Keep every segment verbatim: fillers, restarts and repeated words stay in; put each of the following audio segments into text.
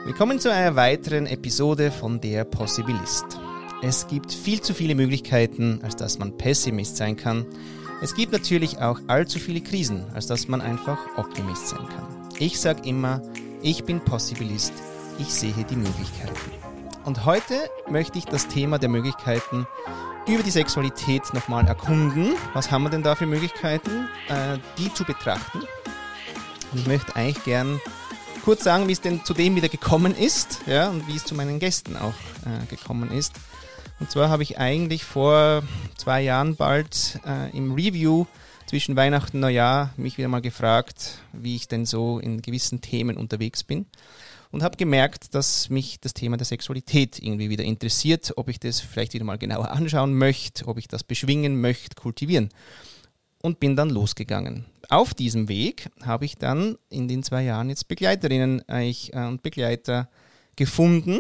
Willkommen zu einer weiteren Episode von Der Possibilist. Es gibt viel zu viele Möglichkeiten, als dass man Pessimist sein kann. Es gibt natürlich auch allzu viele Krisen, als dass man einfach Optimist sein kann. Ich sage immer, ich bin Possibilist, ich sehe die Möglichkeiten. Und heute möchte ich das Thema der Möglichkeiten über die Sexualität nochmal erkunden. Was haben wir denn da für Möglichkeiten, äh, die zu betrachten? Und ich möchte eigentlich gern kurz sagen, wie es denn zu dem wieder gekommen ist, ja, und wie es zu meinen Gästen auch äh, gekommen ist. Und zwar habe ich eigentlich vor zwei Jahren bald äh, im Review zwischen Weihnachten und Neujahr mich wieder mal gefragt, wie ich denn so in gewissen Themen unterwegs bin. Und habe gemerkt, dass mich das Thema der Sexualität irgendwie wieder interessiert, ob ich das vielleicht wieder mal genauer anschauen möchte, ob ich das beschwingen möchte, kultivieren. Und bin dann losgegangen. Auf diesem Weg habe ich dann in den zwei Jahren jetzt Begleiterinnen und äh, Begleiter gefunden.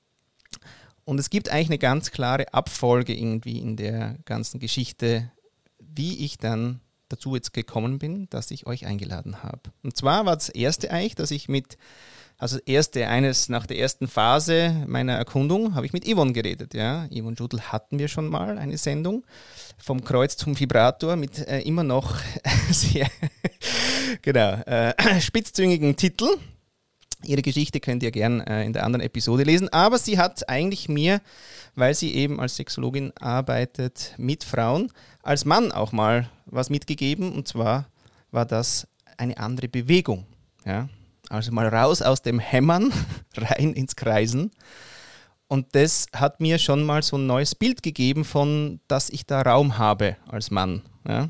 Und es gibt eigentlich eine ganz klare Abfolge irgendwie in der ganzen Geschichte, wie ich dann dazu jetzt gekommen bin, dass ich euch eingeladen habe. Und zwar war das erste eigentlich, dass ich mit Also erste, eines nach der ersten Phase meiner Erkundung habe ich mit Yvonne geredet. Ja. Yvonne Judl hatten wir schon mal eine Sendung, vom Kreuz zum Vibrator, mit äh, immer noch sehr genau, äh, spitzzüngigen Titel. Ihre Geschichte könnt ihr gern äh, in der anderen Episode lesen. Aber sie hat eigentlich mir, weil sie eben als Sexologin arbeitet mit Frauen, als Mann auch mal was mitgegeben. Und zwar war das eine andere Bewegung. Ja. Also mal raus aus dem Hämmern, rein ins Kreisen. Und das hat mir schon mal so ein neues Bild gegeben von, dass ich da Raum habe als Mann. Ja.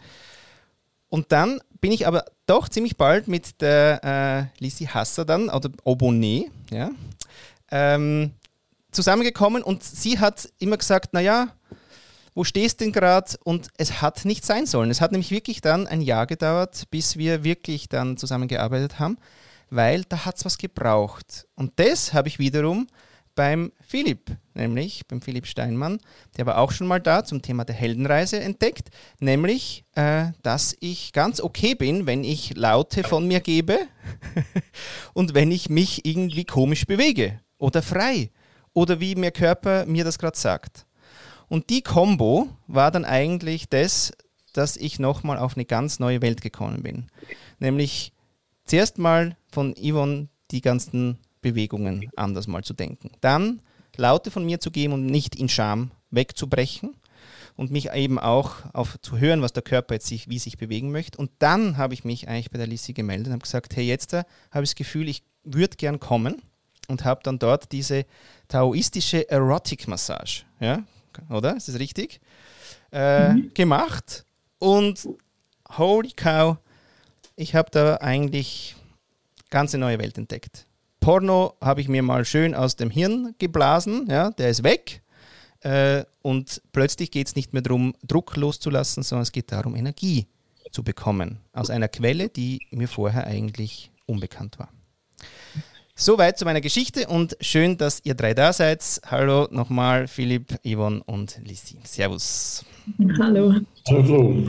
Und dann bin ich aber doch ziemlich bald mit der äh, Lisi Hasser dann, oder Oboné, ja, ähm, zusammengekommen. Und sie hat immer gesagt, naja, wo stehst du denn gerade? Und es hat nicht sein sollen. Es hat nämlich wirklich dann ein Jahr gedauert, bis wir wirklich dann zusammengearbeitet haben, weil da hat es was gebraucht. Und das habe ich wiederum beim Philipp, nämlich beim Philipp Steinmann, der war auch schon mal da zum Thema der Heldenreise entdeckt, nämlich, äh, dass ich ganz okay bin, wenn ich Laute von mir gebe und wenn ich mich irgendwie komisch bewege oder frei oder wie mein Körper mir das gerade sagt. Und die Kombo war dann eigentlich das, dass ich nochmal auf eine ganz neue Welt gekommen bin. Nämlich zuerst mal von Yvonne die ganzen Bewegungen anders mal zu denken. Dann Laute von mir zu geben und nicht in Scham wegzubrechen und mich eben auch auf zu hören, was der Körper jetzt sich, wie sich bewegen möchte. Und dann habe ich mich eigentlich bei der Lissi gemeldet und habe gesagt, hey, jetzt da habe ich das Gefühl, ich würde gern kommen und habe dann dort diese taoistische Erotic-Massage, ja, oder? Ist das richtig? Äh, mhm. gemacht. Und holy cow, ich habe da eigentlich ganz eine neue Welt entdeckt. Porno habe ich mir mal schön aus dem Hirn geblasen, ja, der ist weg. Äh, und plötzlich geht es nicht mehr darum, Druck loszulassen, sondern es geht darum, Energie zu bekommen. Aus einer Quelle, die mir vorher eigentlich unbekannt war. Soweit zu meiner Geschichte und schön, dass ihr drei da seid. Hallo nochmal, Philipp, Yvonne und Lissi. Servus. Hallo. Hallo.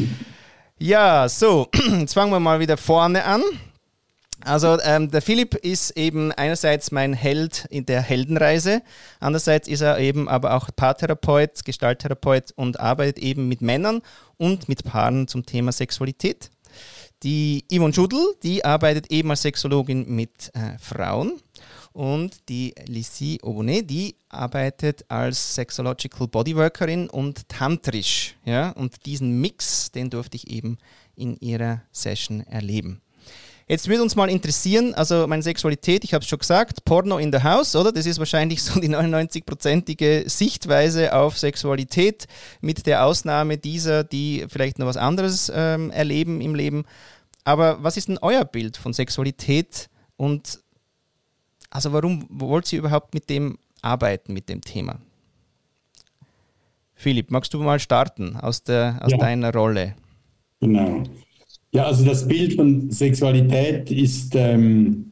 Ja, so, jetzt fangen wir mal wieder vorne an. Also ähm, der Philipp ist eben einerseits mein Held in der Heldenreise, andererseits ist er eben aber auch Paartherapeut, Gestalttherapeut und arbeitet eben mit Männern und mit Paaren zum Thema Sexualität. Die Yvonne Judl, die arbeitet eben als Sexologin mit äh, Frauen und die Lissi Oboné, die arbeitet als Sexological Bodyworkerin und tantrisch. Ja? Und diesen Mix, den durfte ich eben in ihrer Session erleben. Jetzt würde uns mal interessieren, also meine Sexualität, ich habe es schon gesagt, Porno in the House, oder? Das ist wahrscheinlich so die neunundneunzig-prozentige Sichtweise auf Sexualität, mit der Ausnahme dieser, die vielleicht noch was anderes ähm, erleben im Leben. Aber was ist denn euer Bild von Sexualität und also warum wollt ihr überhaupt mit dem arbeiten, mit dem Thema? Philipp, magst du mal starten aus, der, aus ja. deiner Rolle? Genau. Ja, also das Bild von Sexualität ist ähm,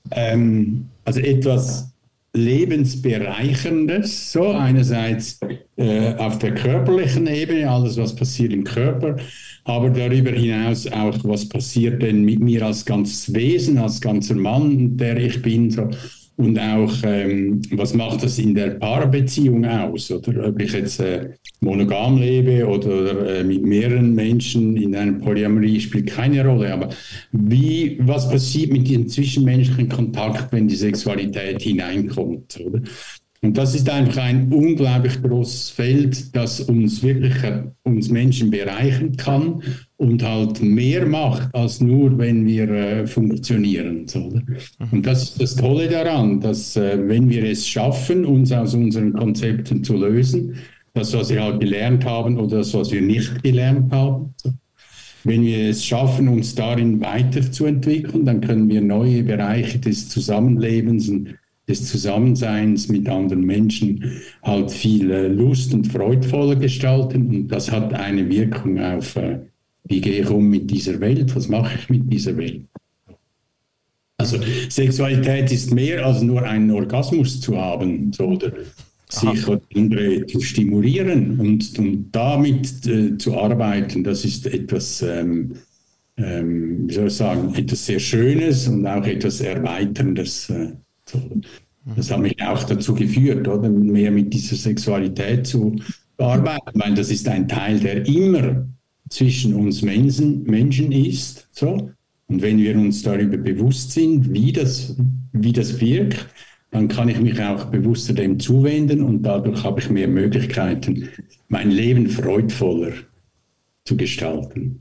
ähm, also etwas Lebensbereicherndes. So einerseits äh, auf der körperlichen Ebene, alles, was passiert im Körper, aber darüber hinaus auch, was passiert denn mit mir als ganzes Wesen, als ganzer Mann, der ich bin, so. Und auch, ähm, was macht das in der Paarbeziehung aus? Oder ob ich jetzt äh, monogam lebe oder äh, mit mehreren Menschen in einer Polyamorie, spielt keine Rolle. Aber wie, was passiert mit diesem zwischenmenschlichen Kontakt, wenn die Sexualität hineinkommt? Oder? Und das ist einfach ein unglaublich großes Feld, das uns wirklich, uns Menschen bereichern kann und halt mehr macht, als nur, wenn wir äh, funktionieren. So. Und das ist das Tolle daran, dass äh, wenn wir es schaffen, uns aus unseren Konzepten zu lösen, das, was wir halt gelernt haben oder das, was wir nicht gelernt haben, so. Wenn wir es schaffen, uns darin weiterzuentwickeln, dann können wir neue Bereiche des Zusammenlebens und des Zusammenseins mit anderen Menschen halt viel äh, Lust und freudvoller gestalten. Und das hat eine Wirkung auf, äh, wie gehe ich um mit dieser Welt, was mache ich mit dieser Welt. Also Sexualität ist mehr als nur einen Orgasmus zu haben, so, oder sich oder andere zu stimulieren und, und damit äh, zu arbeiten, das ist etwas, ähm, ähm, wie soll ich sagen, etwas sehr Schönes und auch etwas Erweiterndes. Äh, so. Das hat mich auch dazu geführt, oder, mehr mit dieser Sexualität zu arbeiten, weil das ist ein Teil, der immer zwischen uns Menschen, Menschen ist. So. Und wenn wir uns darüber bewusst sind, wie das, wie das wirkt, dann kann ich mich auch bewusster dem zuwenden und dadurch habe ich mehr Möglichkeiten, mein Leben freudvoller zu gestalten.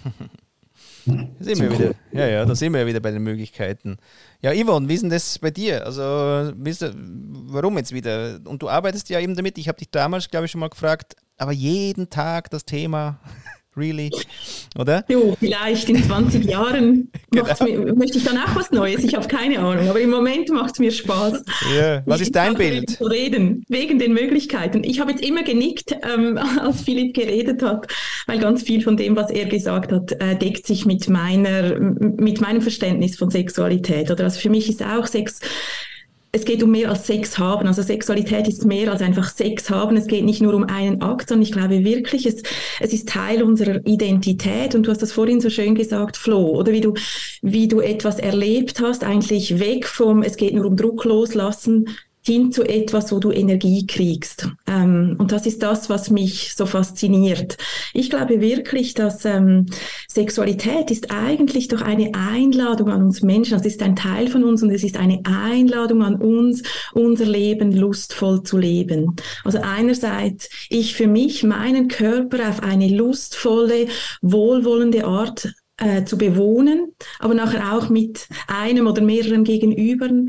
Ja, sind wir wieder. Ja, ja, da sind wir ja wieder bei den Möglichkeiten. Ja, Yvonne, wie ist denn das bei dir? Also, du, warum jetzt wieder? Und du arbeitest ja eben damit, ich habe dich damals, glaube ich, schon mal gefragt, aber jeden Tag das Thema, really, oder? Jo, vielleicht in zwanzig Jahren Genau. mir, möchte ich dann auch was Neues, ich habe keine Ahnung, aber im Moment macht es mir Spaß. Ja. Was ist dein Bild? Zu reden, wegen den Möglichkeiten. Ich habe jetzt immer genickt, ähm, als Philipp geredet hat, weil ganz viel von dem, was er gesagt hat, äh, deckt sich mit meiner, mit meinem Verständnis von Sexualität. Oder also für mich ist auch Sex, es geht um mehr als Sex haben. Also Sexualität ist mehr als einfach Sex haben. Es geht nicht nur um einen Akt, sondern ich glaube wirklich, es, es ist Teil unserer Identität. Und du hast das vorhin so schön gesagt, Flo, oder wie du, wie du etwas erlebt hast, eigentlich weg vom, es geht nur um Druck loslassen, hin zu etwas, wo du Energie kriegst. Ähm, und das ist das, was mich so fasziniert. Ich glaube wirklich, dass ähm, Sexualität ist eigentlich doch eine Einladung an uns Menschen. Also es ist ein Teil von uns und es ist eine Einladung an uns, unser Leben lustvoll zu leben. Also einerseits ich für mich meinen Körper auf eine lustvolle, wohlwollende Art äh, zu bewohnen, aber nachher auch mit einem oder mehreren Gegenübern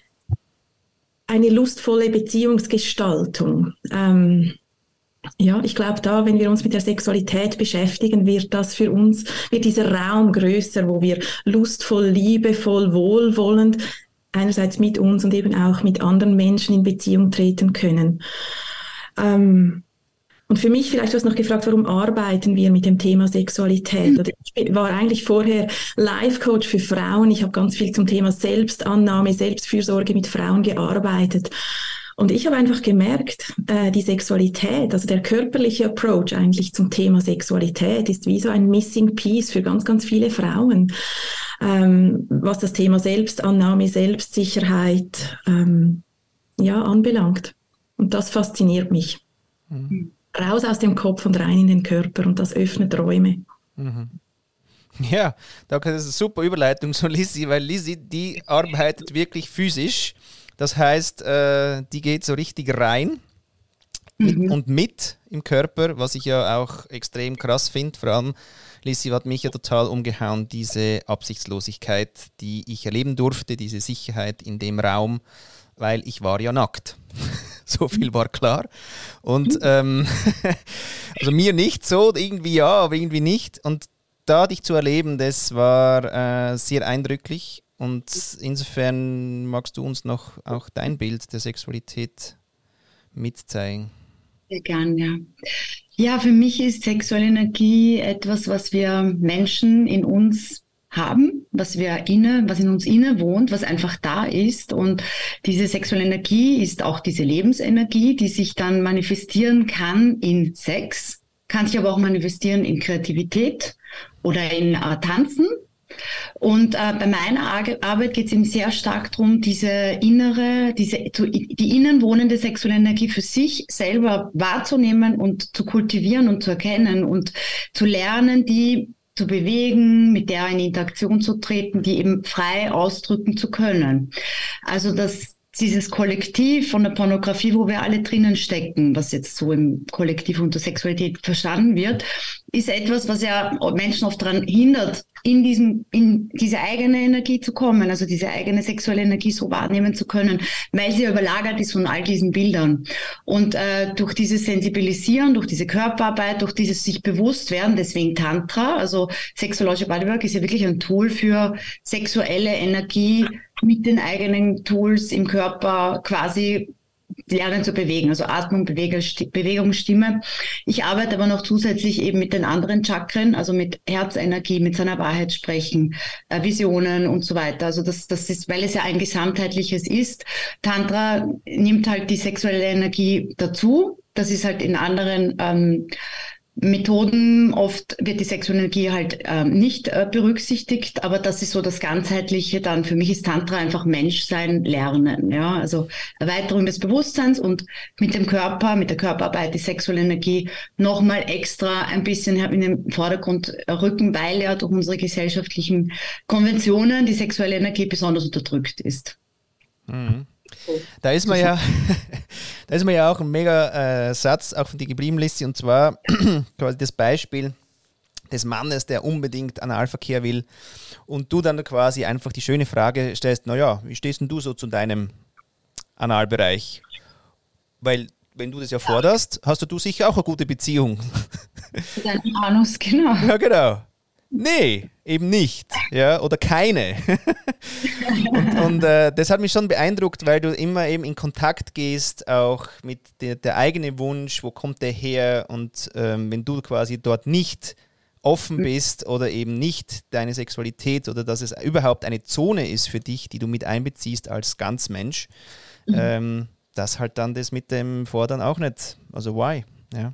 eine lustvolle Beziehungsgestaltung. Ähm, ja, ich glaube da, wenn wir uns mit der Sexualität beschäftigen, wird das für uns, wird dieser Raum größer, wo wir lustvoll, liebevoll, wohlwollend einerseits mit uns und eben auch mit anderen Menschen in Beziehung treten können. Ähm, Und für mich, vielleicht hast du noch gefragt, warum arbeiten wir mit dem Thema Sexualität? Oder ich war eigentlich vorher Life-Coach für Frauen. Ich habe ganz viel zum Thema Selbstannahme, Selbstfürsorge mit Frauen gearbeitet. Und ich habe einfach gemerkt, äh, die Sexualität, also der körperliche Approach eigentlich zum Thema Sexualität ist wie so ein Missing Piece für ganz, ganz viele Frauen, ähm, was das Thema Selbstannahme, Selbstsicherheit ähm, ja, anbelangt. Und das fasziniert mich. Mhm. Raus aus dem Kopf und rein in den Körper und das öffnet Räume. Mhm. Ja, das ist eine super Überleitung zu Lizzie, weil Lizzie, die arbeitet wirklich physisch. Das heißt, äh, die geht so richtig rein mit, mhm. und mit im Körper, was ich ja auch extrem krass finde. Vor allem, Lizzie hat mich ja total umgehauen, diese Absichtslosigkeit, die ich erleben durfte, diese Sicherheit in dem Raum, weil ich war ja nackt. So viel war klar. Und ähm, also mir nicht so, irgendwie ja, aber irgendwie nicht. Und da dich zu erleben, das war äh, sehr eindrücklich. Und insofern magst du uns noch auch dein Bild der Sexualität mitzeigen. Sehr gern, ja. Ja, für mich ist sexuelle Energie etwas, was wir Menschen in uns haben, was wir inne, was in uns inne wohnt, was einfach da ist. Und diese sexuelle Energie ist auch diese Lebensenergie, die sich dann manifestieren kann in Sex, kann sich aber auch manifestieren in Kreativität oder in äh, Tanzen. Und äh, bei meiner Arbeit geht es eben sehr stark darum, diese innere, diese die innen wohnende sexuelle Energie für sich selber wahrzunehmen und zu kultivieren und zu erkennen und zu lernen, die zu bewegen, mit der in Interaktion zu treten, die eben frei ausdrücken zu können. Also das dieses Kollektiv von der Pornografie, wo wir alle drinnen stecken, was jetzt so im Kollektiv unter Sexualität verstanden wird, ist etwas, was ja Menschen oft daran hindert, in diesem, in diese eigene Energie zu kommen, also diese eigene sexuelle Energie so wahrnehmen zu können, weil sie ja überlagert ist von all diesen Bildern. Und äh, durch dieses Sensibilisieren, durch diese Körperarbeit, durch dieses sich bewusst werden, deswegen Tantra, also Sexologische Bodywork ist ja wirklich ein Tool für sexuelle Energie mit den eigenen Tools im Körper quasi lernen zu bewegen, also Atmung, Bewegung, Stimme. Ich arbeite aber noch zusätzlich eben mit den anderen Chakren, also mit Herzenergie, mit seiner Wahrheit sprechen, äh, Visionen und so weiter. Also das, das ist, weil es ja ein gesamtheitliches ist. Tantra nimmt halt die sexuelle Energie dazu. Das ist halt in anderen ähm, Methoden, oft wird die sexuelle Energie halt ähm, nicht äh, berücksichtigt, aber das ist so das Ganzheitliche dann. Für mich ist Tantra einfach Menschsein lernen, ja, also Erweiterung des Bewusstseins und mit dem Körper, mit der Körperarbeit die sexuelle Energie nochmal extra ein bisschen in den Vordergrund rücken, weil ja durch unsere gesellschaftlichen Konventionen die sexuelle Energie besonders unterdrückt ist. Mhm. Da ist man ja, da ist man ja auch ein mega äh, Satz, auch von dir geblieben, Lissi, und zwar quasi das Beispiel des Mannes, der unbedingt Analverkehr will und du dann quasi einfach die schöne Frage stellst, naja, wie stehst denn du so zu deinem Analbereich? Weil, wenn du das ja forderst, hast du sicher auch eine gute Beziehung. Dein Anus, genau. Ja, genau. Nee, eben nicht, ja, oder keine. und und äh, das hat mich schon beeindruckt, weil du immer eben in Kontakt gehst, auch mit der, der eigene Wunsch, wo kommt der her, und ähm, wenn du quasi dort nicht offen bist oder eben nicht deine Sexualität oder dass es überhaupt eine Zone ist für dich, die du mit einbeziehst als Ganzmensch, mhm. ähm, das halt dann das mit dem Fordern auch nicht, also why, ja.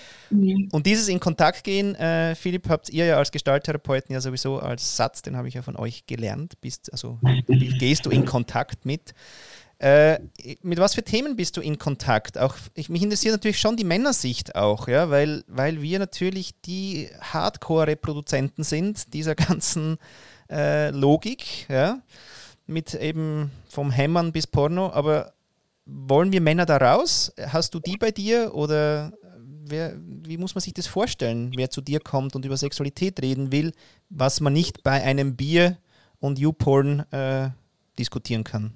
Und dieses in Kontakt gehen, äh, Philipp, habt ihr ja als Gestalttherapeuten ja sowieso als Satz, den habe ich ja von euch gelernt, bist, also wie gehst du in Kontakt mit? Äh, mit was für Themen bist du in Kontakt? Auch, ich, mich interessiert natürlich schon die Männersicht auch, ja, weil, weil wir natürlich die Hardcore-Reproduzenten sind dieser ganzen äh, Logik, ja, mit eben vom Hämmern bis Porno, aber wollen wir Männer da raus? Hast du die bei dir oder wer, wie muss man sich das vorstellen, wer zu dir kommt und über Sexualität reden will, was man nicht bei einem Bier und YouPorn äh, diskutieren kann?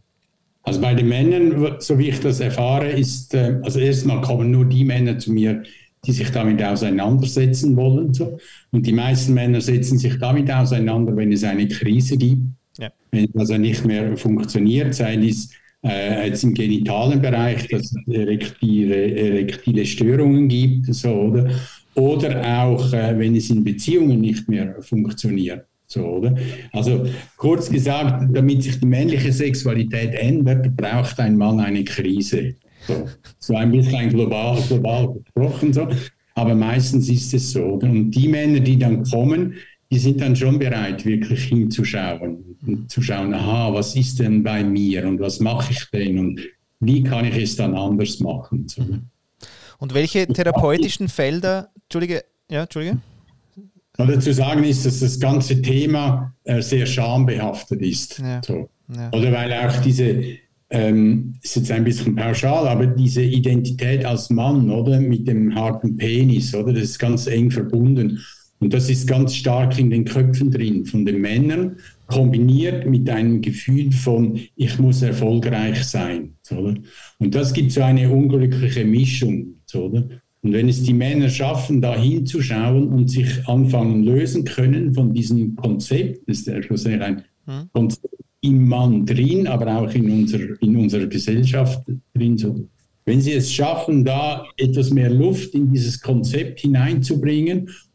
Also bei den Männern, so wie ich das erfahre, ist, äh, also erstmal kommen nur die Männer zu mir, die sich damit auseinandersetzen wollen. So. Und die meisten Männer setzen sich damit auseinander, wenn es eine Krise gibt, ja. Wenn es also nicht mehr funktioniert, sei dies äh, jetzt im genitalen Bereich, dass es erektile, erektile Störungen gibt, so, oder? Oder auch, äh, wenn es in Beziehungen nicht mehr funktioniert. So, oder? Also kurz gesagt, damit sich die männliche Sexualität ändert, braucht ein Mann eine Krise. So, so ein bisschen global, global gesprochen. So. Aber meistens ist es so. Oder? Und die Männer, die dann kommen, die sind dann schon bereit, wirklich hinzuschauen. Und zu schauen, aha, was ist denn bei mir und was mache ich denn und wie kann ich es dann anders machen. So. Und welche therapeutischen Felder, Entschuldige, ja, Entschuldige? Oder zu sagen ist, dass das ganze Thema äh, sehr schambehaftet ist. Ja. So. Ja. Oder weil auch diese, ähm, ist jetzt ein bisschen pauschal, aber diese Identität als Mann, oder, mit dem harten Penis, oder, das ist ganz eng verbunden. Und das ist ganz stark in den Köpfen drin von den Männern, kombiniert mit einem Gefühl von, ich muss erfolgreich sein. Oder? Und das gibt so eine unglückliche Mischung. Oder? Und wenn es die Männer schaffen, da hinzuschauen und sich anfangen lösen können von diesem Konzept, das ist ja schlussendlich ein hm. Konzept im Mann drin, aber auch in unserer, in unserer Gesellschaft drin. So. Wenn sie es schaffen, da etwas mehr Luft in dieses Konzept hineinzubringen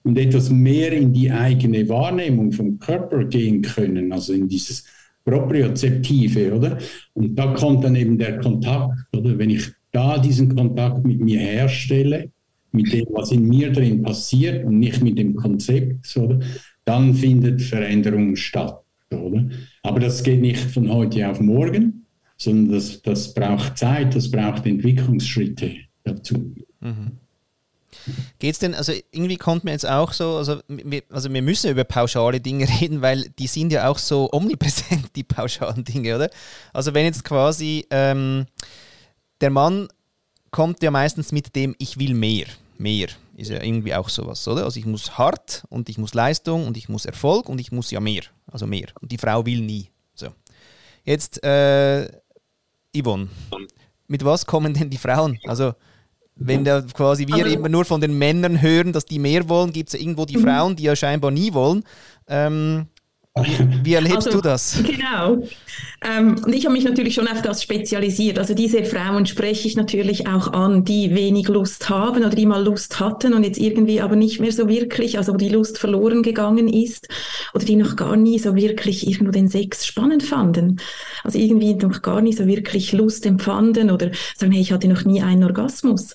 und etwas mehr in die eigene Wahrnehmung vom Körper gehen können, also in dieses Propriozeptive, oder? Und da kommt dann eben der Kontakt, oder? Wenn ich da diesen Kontakt mit mir herstelle, mit dem, was in mir drin passiert und nicht mit dem Konzept, oder? Dann findet Veränderung statt, oder? Aber das geht nicht von heute auf morgen, sondern das, das braucht Zeit, das braucht Entwicklungsschritte dazu. Mhm. Geht's denn, also irgendwie kommt mir jetzt auch so, also wir, also wir müssen über pauschale Dinge reden, weil die sind ja auch so omnipräsent, die pauschalen Dinge, oder? Also wenn jetzt quasi ähm, der Mann kommt ja meistens mit dem Ich will mehr, mehr ist ja irgendwie auch sowas, oder? Also ich muss hart und ich muss Leistung und ich muss Erfolg und ich muss ja mehr, also mehr. Und die Frau will nie. So. Jetzt, äh, Yvonne, mit was kommen denn die Frauen? Also wenn da quasi wir also, immer nur von den Männern hören, dass die mehr wollen, gibt es ja irgendwo die Frauen, die ja scheinbar nie wollen. Ähm, wie, wie erlebst also, du das? Genau. Ähm, und ich habe mich natürlich schon auf das spezialisiert. Also diese Frauen spreche ich natürlich auch an, die wenig Lust haben oder die mal Lust hatten und jetzt irgendwie aber nicht mehr so wirklich, also wo die Lust verloren gegangen ist oder die noch gar nie so wirklich irgendwo den Sex spannend fanden. Also irgendwie noch gar nie so wirklich Lust empfanden oder sagen, hey, ich hatte noch nie einen Orgasmus.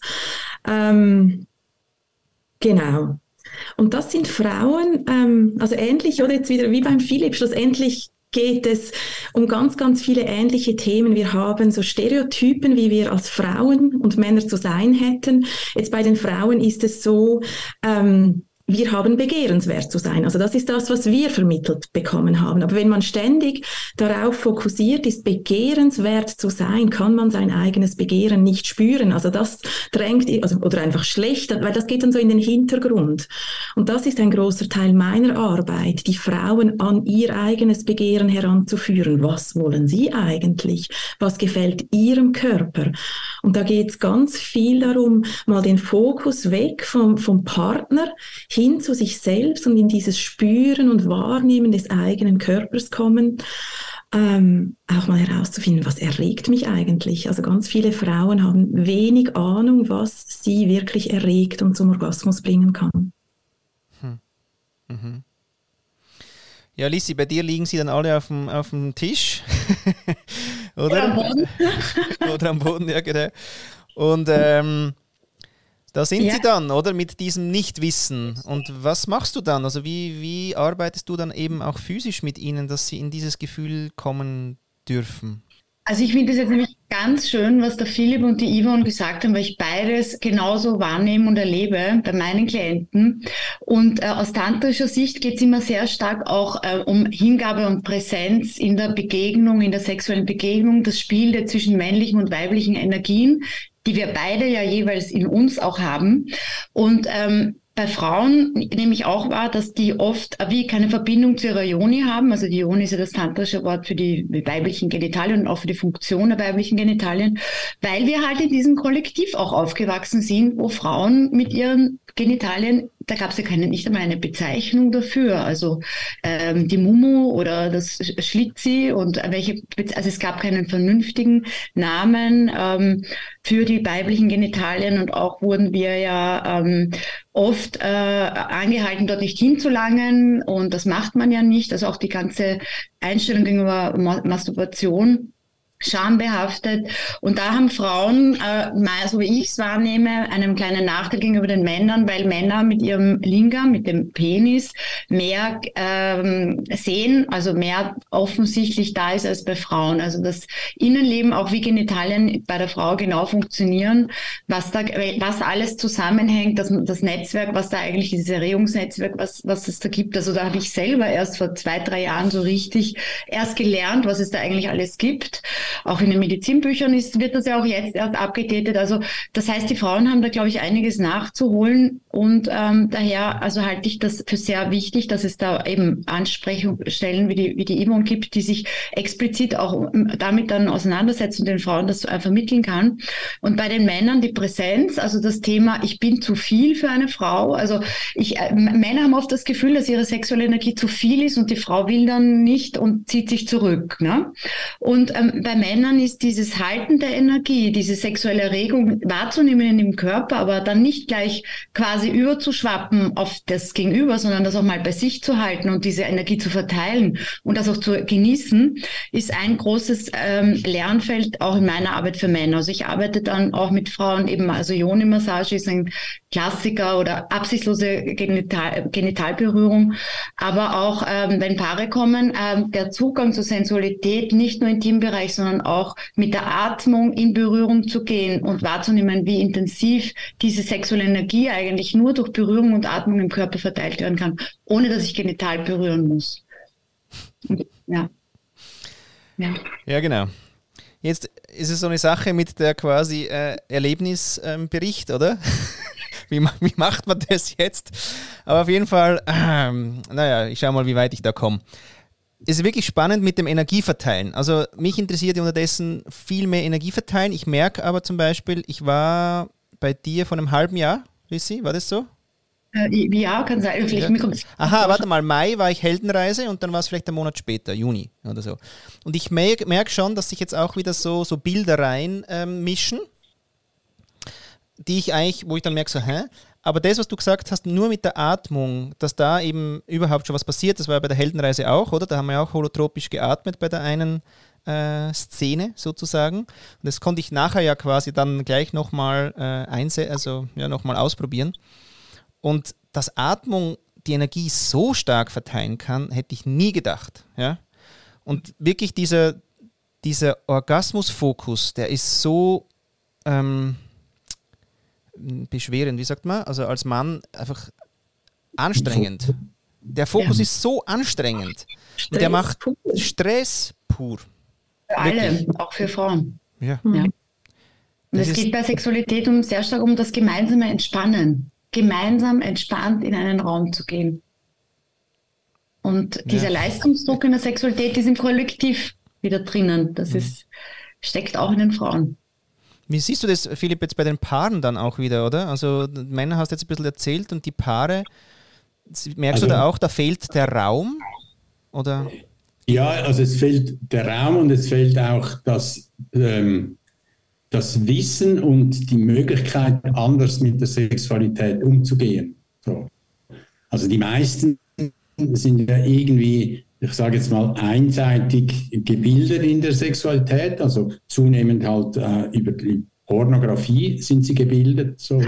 Ähm, genau. Und das sind Frauen, ähm, also ähnlich, oder jetzt wieder wie beim Philipp, schlussendlich geht es um ganz, ganz viele ähnliche Themen. Wir haben so Stereotypen, wie wir als Frauen und Männer zu sein hätten. Jetzt bei den Frauen ist es so, ähm, wir haben begehrenswert zu sein. Also das ist das, was wir vermittelt bekommen haben. Aber wenn man ständig darauf fokussiert ist, begehrenswert zu sein, kann man sein eigenes Begehren nicht spüren. Also das drängt, also, oder einfach schlecht, weil das geht dann so in den Hintergrund. Und das ist ein großer Teil meiner Arbeit, die Frauen an ihr eigenes Begehren heranzuführen. Was wollen sie eigentlich? Was gefällt ihrem Körper? Und da geht es ganz viel darum, mal den Fokus weg vom, vom Partner hin zu sich selbst und in dieses Spüren und Wahrnehmen des eigenen Körpers kommen, ähm, auch mal herauszufinden, was erregt mich eigentlich. Also ganz viele Frauen haben wenig Ahnung, was sie wirklich erregt und zum Orgasmus bringen kann. Hm. Mhm. Ja, Lissi, bei dir liegen sie dann alle auf dem, auf dem Tisch, oder? Oder am Boden. Oder am Boden, ja genau. Und ähm, da sind ja. sie dann, oder? Mit diesem Nichtwissen. Und was machst du dann? Also wie, wie arbeitest du dann eben auch physisch mit ihnen, dass sie in dieses Gefühl kommen dürfen? Also ich finde das jetzt nämlich ganz schön, was der Philipp und die Yvonne gesagt haben, weil ich beides genauso wahrnehme und erlebe bei meinen Klienten. Und äh, aus tantrischer Sicht geht es immer sehr stark auch äh, um Hingabe und Präsenz in der Begegnung, in der sexuellen Begegnung, das Spiel der zwischen männlichen und weiblichen Energien, die wir beide ja jeweils in uns auch haben. Und ähm, bei Frauen nehme ich auch wahr, dass die oft wie keine Verbindung zu ihrer Yoni haben. Also die Yoni ist ja das tantrische Wort für die weiblichen Genitalien und auch für die Funktion der weiblichen Genitalien, weil wir halt in diesem Kollektiv auch aufgewachsen sind, wo Frauen mit ihren Genitalien, da gab es ja keine, nicht einmal eine Bezeichnung dafür. Also ähm, die Mumu oder das Schlitzi und welche, also es gab keinen vernünftigen Namen ähm, für die weiblichen Genitalien und auch wurden wir ja ähm, oft äh, angehalten, dort nicht hinzulangen und das macht man ja nicht. Also auch die ganze Einstellung gegenüber Ma- Masturbation schambehaftet. Und da haben Frauen, äh, mal, so wie ich es wahrnehme, einen kleinen Nachteil gegenüber den Männern, weil Männer mit ihrem Lingam, mit dem Penis, mehr ähm, sehen, also mehr offensichtlich da ist als bei Frauen. Also das Innenleben, auch wie Genitalien bei der Frau genau funktionieren, was da, was alles zusammenhängt, das, das Netzwerk, was da eigentlich, dieses Erregungsnetzwerk, was, was es da gibt. Also da habe ich selber erst vor zwei, drei Jahren so richtig erst gelernt, was es da eigentlich alles gibt. Auch in den Medizinbüchern ist, wird das ja auch jetzt erst abgedatet. Also das heißt, die Frauen haben da, glaube ich, einiges nachzuholen und ähm, daher also halte ich das für sehr wichtig, dass es da eben Ansprechstellen wie die, wie die Yvonne gibt, die sich explizit auch damit dann auseinandersetzen und den Frauen das äh, vermitteln kann. Und bei den Männern die Präsenz, also das Thema, ich bin zu viel für eine Frau. Also ich, äh, Männer haben oft das Gefühl, dass ihre sexuelle Energie zu viel ist und die Frau will dann nicht und zieht sich zurück. Ne? Und ähm, bei Männern ist dieses Halten der Energie, diese sexuelle Erregung wahrzunehmen im Körper, aber dann nicht gleich quasi überzuschwappen auf das Gegenüber, sondern das auch mal bei sich zu halten und diese Energie zu verteilen und das auch zu genießen, ist ein großes ähm, Lernfeld auch in meiner Arbeit für Männer. Also ich arbeite dann auch mit Frauen eben, also Yoni-Massage ist ein Klassiker oder absichtslose Genital, Genitalberührung, aber auch, ähm, wenn Paare kommen, ähm, der Zugang zur Sensualität, nicht nur im Intimbereich, sondern auch mit der Atmung in Berührung zu gehen und wahrzunehmen, wie intensiv diese sexuelle Energie eigentlich nur durch Berührung und Atmung im Körper verteilt werden kann, ohne dass ich genital berühren muss. Ja. Ja, ja genau. Jetzt ist es so eine Sache mit der quasi äh, Erlebnisbericht, ähm, oder? wie, wie macht man das jetzt? Aber auf jeden Fall, ähm, naja, ich schaue mal, wie weit ich da komme. Es ist wirklich spannend mit dem Energieverteilen. Also mich interessiert unterdessen viel mehr Energieverteilen. Ich merke aber zum Beispiel, ich war bei dir vor einem halben Jahr, Lissi, war das so? Äh, ja, kann sein. Vielleicht Ja. Aha, warte mal, Mai war ich Heldenreise und dann war es vielleicht einen Monat später, Juni oder so. Und ich merke merk schon, dass sich jetzt auch wieder so, so Bilder rein ähm, mischen, die ich eigentlich, wo ich dann merke so, hä? Aber das, was du gesagt hast, nur mit der Atmung, dass da eben überhaupt schon was passiert, das war ja bei der Heldenreise auch, oder? Da haben wir ja auch holotropisch geatmet bei der einen äh, Szene sozusagen. Und das konnte ich nachher ja quasi dann gleich nochmal äh, einse- also ja, nochmal ausprobieren. Und dass Atmung die Energie so stark verteilen kann, hätte ich nie gedacht. Ja? Und wirklich dieser, dieser Orgasmusfokus, der ist so ähm, beschwerend, wie sagt man? Also als Mann einfach anstrengend. Der Fokus ja. ist so anstrengend. Stress und der macht pur. Stress pur. Für alle, wirklich. Auch für Frauen. Ja. ja. Und das es geht bei Sexualität um, sehr stark um das gemeinsame Entspannen. Gemeinsam entspannt in einen Raum zu gehen. Und dieser ja. Leistungsdruck in der Sexualität ist im Kollektiv wieder drinnen. Das mhm. ist, steckt auch in den Frauen. Wie siehst du das, Philipp, jetzt bei den Paaren dann auch wieder, oder? Also Männer hast du jetzt ein bisschen erzählt und die Paare, merkst also, du da auch, da fehlt der Raum? Oder? Ja, also es fehlt der Raum und es fehlt auch das, ähm, das Wissen und die Möglichkeit, anders mit der Sexualität umzugehen. So. Also die meisten sind ja irgendwie, ich sage jetzt mal, einseitig gebildet in der Sexualität, also zunehmend halt äh, über die Pornografie sind sie gebildet. So.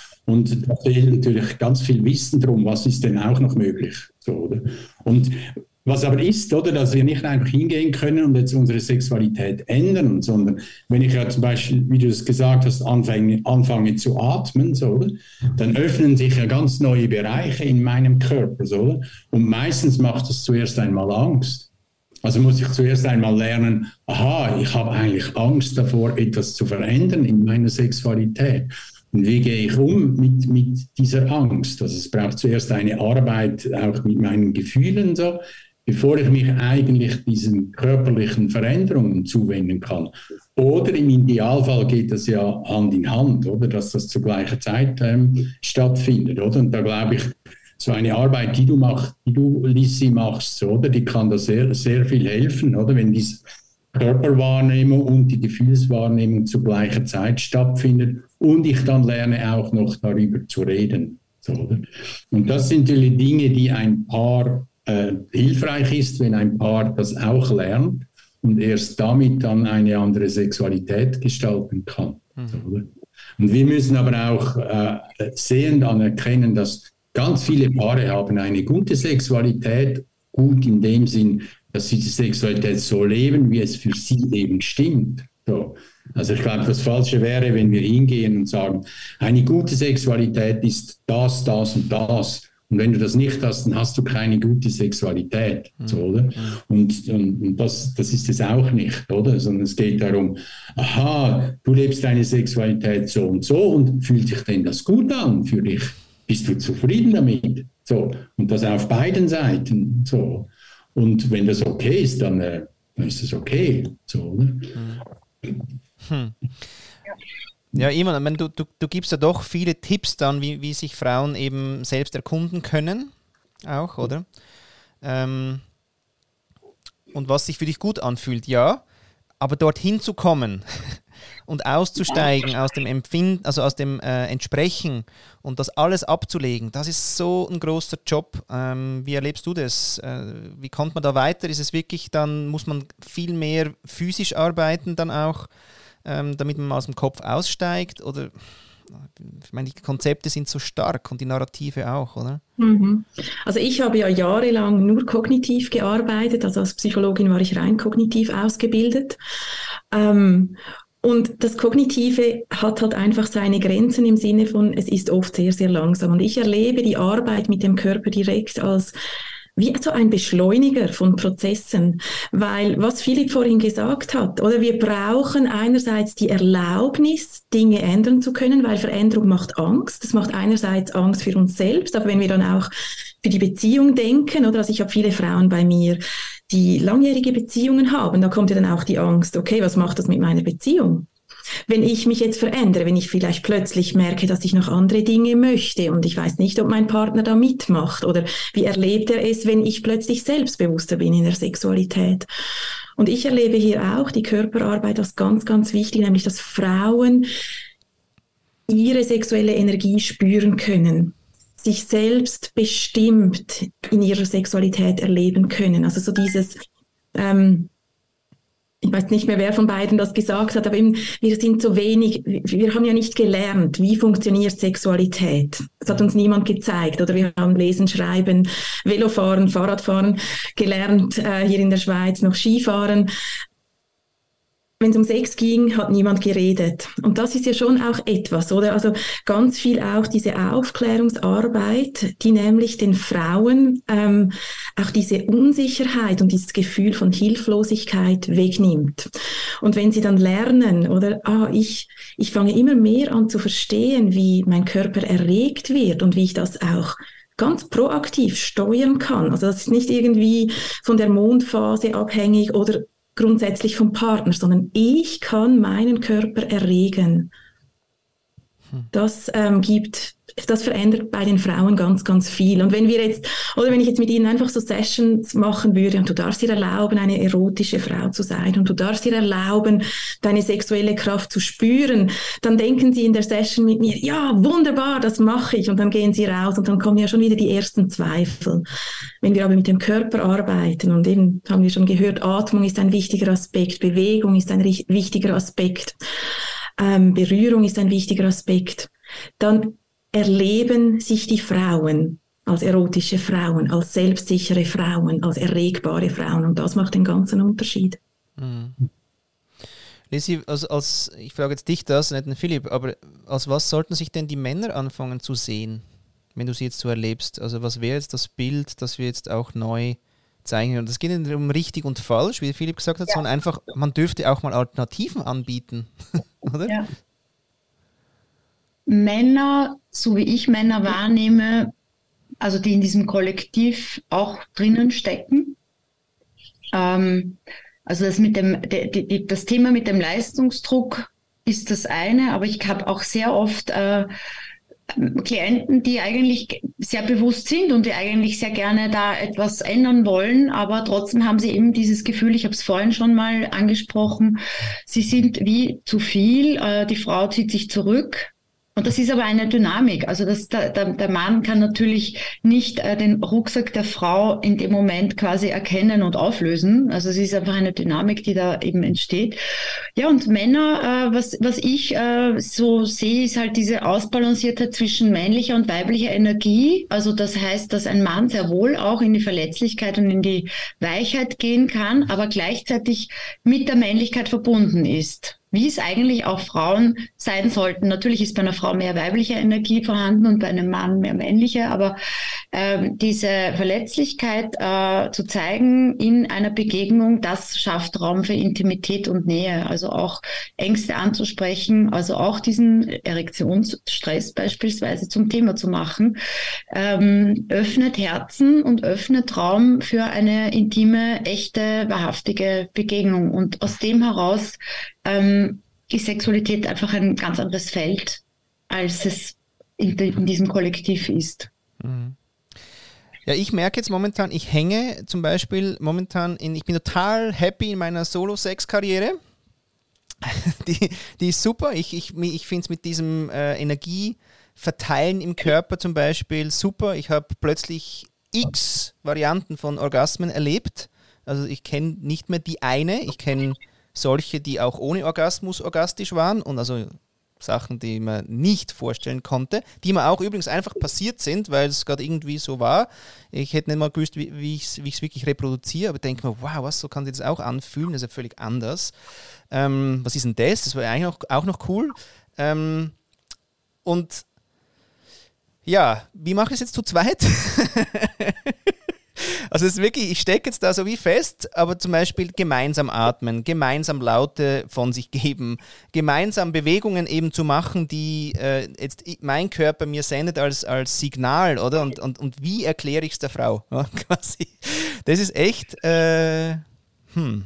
Und da fehlt natürlich ganz viel Wissen drum, was ist denn auch noch möglich. So, oder? Und was aber ist, oder, dass wir nicht einfach hingehen können und jetzt unsere Sexualität ändern, sondern wenn ich ja zum Beispiel, wie du es gesagt hast, anfange, anfange zu atmen, so, oder, dann öffnen sich ja ganz neue Bereiche in meinem Körper. So, oder? Und meistens macht das zuerst einmal Angst. Also muss ich zuerst einmal lernen, aha, ich habe eigentlich Angst davor, etwas zu verändern in meiner Sexualität. Und wie gehe ich um mit, mit dieser Angst? Also es braucht zuerst eine Arbeit auch mit meinen Gefühlen, so, bevor ich mich eigentlich diesen körperlichen Veränderungen zuwenden kann. Oder im Idealfall geht das ja Hand in Hand, oder, dass das zur gleichen Zeit ähm, stattfindet. Oder? Und da glaube ich, so eine Arbeit, die du machst, die du, Lissi, machst, oder, die kann da sehr, sehr viel helfen, oder, wenn diese Körperwahrnehmung und die Gefühlswahrnehmung zur gleichen Zeit stattfindet und ich dann lerne auch noch darüber zu reden. So, oder? Und das sind die Dinge, die ein Paar Äh, hilfreich ist, wenn ein Paar das auch lernt und erst damit dann eine andere Sexualität gestalten kann. Mhm. Und wir müssen aber auch äh, sehend anerkennen, dass ganz viele Paare haben eine gute Sexualität, gut in dem Sinn, dass sie die Sexualität so leben, wie es für sie eben stimmt. So. Also ich glaube, das Falsche wäre, wenn wir hingehen und sagen, eine gute Sexualität ist das, das und das. Und wenn du das nicht hast, dann hast du keine gute Sexualität, mhm. so, oder? Und, und, und das, das ist es auch nicht, oder? Sondern es geht darum, aha, du lebst deine Sexualität so und so und fühlt sich denn das gut an für dich? Bist du zufrieden damit? So. Und das auf beiden Seiten, so. Und wenn das okay ist, dann, äh, dann ist das okay, so, oder? Mhm. Hm. Ja, immer. Ich meine, du, du, du gibst ja doch viele Tipps dann, wie, wie sich Frauen eben selbst erkunden können, auch, oder? Ähm, und was sich für dich gut anfühlt, ja. aber dorthin zu kommen und auszusteigen aus dem Empfinden, also aus dem äh, Entsprechen und das alles abzulegen, das ist so ein großer Job. Ähm, wie erlebst du das? Äh, wie kommt man da weiter? Ist es wirklich dann, muss man viel mehr physisch arbeiten dann auch, ähm, damit man aus dem Kopf aussteigt? Oder, ich meine, die Konzepte sind so stark und die Narrative auch, oder? Mhm. Also ich habe ja jahrelang nur kognitiv gearbeitet, also als Psychologin war ich rein kognitiv ausgebildet. Ähm, Und das Kognitive hat halt einfach seine Grenzen im Sinne von, es ist oft sehr, sehr langsam. Und ich erlebe die Arbeit mit dem Körper direkt als wie so ein Beschleuniger von Prozessen. Weil, was Philipp vorhin gesagt hat, oder wir brauchen einerseits die Erlaubnis, Dinge ändern zu können, weil Veränderung macht Angst. Das macht einerseits Angst für uns selbst, aber wenn wir dann auch für die Beziehung denken, oder? Also ich habe viele Frauen bei mir, die langjährige Beziehungen haben, da kommt ja dann auch die Angst, okay, was macht das mit meiner Beziehung? Wenn ich mich jetzt verändere, wenn ich vielleicht plötzlich merke, dass ich noch andere Dinge möchte und ich weiß nicht, ob mein Partner da mitmacht oder wie erlebt er es, wenn ich plötzlich selbstbewusster bin in der Sexualität. Und ich erlebe hier auch die Körperarbeit als ganz, ganz wichtig, nämlich dass Frauen ihre sexuelle Energie spüren können, sich selbst bestimmt in ihrer Sexualität erleben können. Also so dieses, ähm, ich weiß nicht mehr, wer von beiden das gesagt hat, aber eben, wir sind so wenig, wir haben ja nicht gelernt, wie funktioniert Sexualität. Das hat uns niemand gezeigt. Oder wir haben Lesen, Schreiben, Velofahren, Fahrradfahren gelernt, äh, hier in der Schweiz noch Skifahren. Wenn es um Sex ging, hat niemand geredet. Und das ist ja schon auch etwas, oder? Also ganz viel auch diese Aufklärungsarbeit, die nämlich den Frauen ähm, auch diese Unsicherheit und dieses Gefühl von Hilflosigkeit wegnimmt. Und wenn sie dann lernen, oder, ah, ich, ich fange immer mehr an zu verstehen, wie mein Körper erregt wird und wie ich das auch ganz proaktiv steuern kann. Also das ist nicht irgendwie von der Mondphase abhängig oder grundsätzlich vom Partner, sondern ich kann meinen Körper erregen. Das ähm, gibt, das verändert bei den Frauen ganz, ganz viel. Und wenn wir jetzt, oder wenn ich jetzt mit ihnen einfach so Sessions machen würde und du darfst dir erlauben, eine erotische Frau zu sein und du darfst dir erlauben, deine sexuelle Kraft zu spüren, dann denken sie in der Session mit mir, ja, wunderbar, das mache ich. Und dann gehen sie raus und dann kommen ja schon wieder die ersten Zweifel. Wenn wir aber mit dem Körper arbeiten und eben haben wir schon gehört, Atmung ist ein wichtiger Aspekt, Bewegung ist ein wichtiger Aspekt, ähm, Berührung ist ein wichtiger Aspekt, dann erleben sich die Frauen als erotische Frauen, als selbstsichere Frauen, als erregbare Frauen und das macht den ganzen Unterschied. Mhm. Lisi, als, als, ich frage jetzt dich das, nicht den Philipp, aber als was sollten sich denn die Männer anfangen zu sehen, wenn du sie jetzt so erlebst? Also was wäre jetzt das Bild, das wir jetzt auch neu zeigen? Und das geht nicht um richtig und falsch, wie Philipp gesagt hat, ja, sondern einfach, man dürfte auch mal Alternativen anbieten, oder? Ja. Männer, so wie ich Männer wahrnehme, also die in diesem Kollektiv auch drinnen stecken, ähm, also das, mit dem, de, de, das Thema mit dem Leistungsdruck ist das eine, aber ich habe auch sehr oft äh, Klienten, die eigentlich sehr bewusst sind und die eigentlich sehr gerne da etwas ändern wollen, aber trotzdem haben sie eben dieses Gefühl, ich habe es vorhin schon mal angesprochen, sie sind wie zu viel, äh, die Frau zieht sich zurück. Und das ist aber eine Dynamik. Also das, der, der Mann kann natürlich nicht äh, den Rucksack der Frau in dem Moment quasi erkennen und auflösen. Also es ist einfach eine Dynamik, die da eben entsteht. Ja, und Männer, äh, was, was ich äh, so sehe, ist halt diese Ausbalanciertheit zwischen männlicher und weiblicher Energie. Also das heißt, dass ein Mann sehr wohl auch in die Verletzlichkeit und in die Weichheit gehen kann, aber gleichzeitig mit der Männlichkeit verbunden ist. Wie es eigentlich auch Frauen sein sollten. Natürlich ist bei einer Frau mehr weibliche Energie vorhanden und bei einem Mann mehr männliche, aber ähm, diese Verletzlichkeit äh, zu zeigen in einer Begegnung, das schafft Raum für Intimität und Nähe, also auch Ängste anzusprechen, also auch diesen Erektionsstress beispielsweise zum Thema zu machen, ähm, öffnet Herzen und öffnet Raum für eine intime, echte, wahrhaftige Begegnung und aus dem heraus ähm, ist Sexualität einfach ein ganz anderes Feld, als es in, de, in diesem Kollektiv ist. Mhm. Ja, ich merke jetzt momentan, ich hänge zum Beispiel momentan in, ich bin total happy in meiner Solo-Sex-Karriere. die, die ist super. Ich, ich, ich finde es mit diesem äh, Energieverteilen im Körper zum Beispiel super. Ich habe plötzlich x Varianten von Orgasmen erlebt. Also ich kenne nicht mehr die eine, ich kenne solche, die auch ohne Orgasmus orgastisch waren und also Sachen, die man nicht vorstellen konnte, die mir auch übrigens einfach passiert sind, weil es gerade irgendwie so war. Ich hätte nicht mal gewusst, wie, wie ich es wirklich reproduziere, aber denke mir, wow, was, so kann sich das auch anfühlen, das ist ja völlig anders. Ähm, was ist denn das? Das war eigentlich noch, auch noch cool. Ähm, und ja, wie mache ich es jetzt zu zweit? Also es ist wirklich, ich stecke jetzt da so wie fest, aber zum Beispiel gemeinsam atmen, gemeinsam Laute von sich geben, gemeinsam Bewegungen eben zu machen, die äh, jetzt mein Körper mir sendet als, als Signal, oder? Und, und, und wie erkläre ich es der Frau? Ja, quasi. Das ist echt, äh, hm.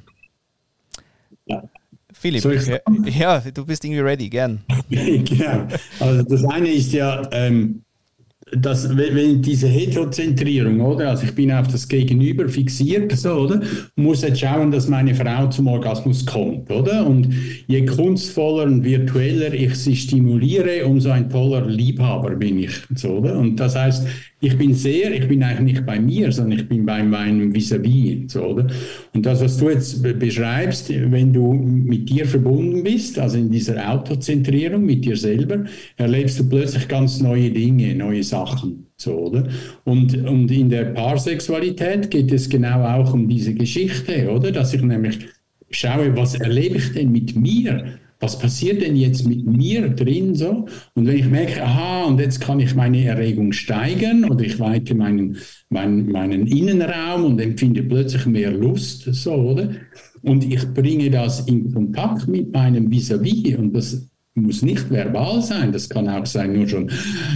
Ja. Philipp, ja, ja, du bist irgendwie ready, gern. Genau. Also das eine ist ja, ähm, dass, wenn diese Heterozentrierung, oder? Also ich bin auf das Gegenüber fixiert, so, oder? Muss jetzt schauen, dass meine Frau zum Orgasmus kommt, oder? Und je kunstvoller und virtueller ich sie stimuliere, umso ein toller Liebhaber bin ich, so, oder? Und das heißt, ich bin sehr, ich bin eigentlich nicht bei mir, sondern ich bin bei meinem Vis-à-vis, so, oder? Und das, was du jetzt beschreibst, wenn du mit dir verbunden bist, also in dieser Autozentrierung mit dir selber, erlebst du plötzlich ganz neue Dinge, neue Sachen, so, oder? Und, und in der Paarsexualität geht es genau auch um diese Geschichte, oder? Dass ich nämlich schaue, was erlebe ich denn mit mir? Was passiert denn jetzt mit mir drin so? Und wenn ich merke, aha, und jetzt kann ich meine Erregung steigern oder ich weite meinen, meinen, meinen Innenraum und empfinde plötzlich mehr Lust, so, oder? Und ich bringe das in Kontakt mit meinem Vis-à-vis und das muss nicht verbal sein, das kann auch sein, nur schon,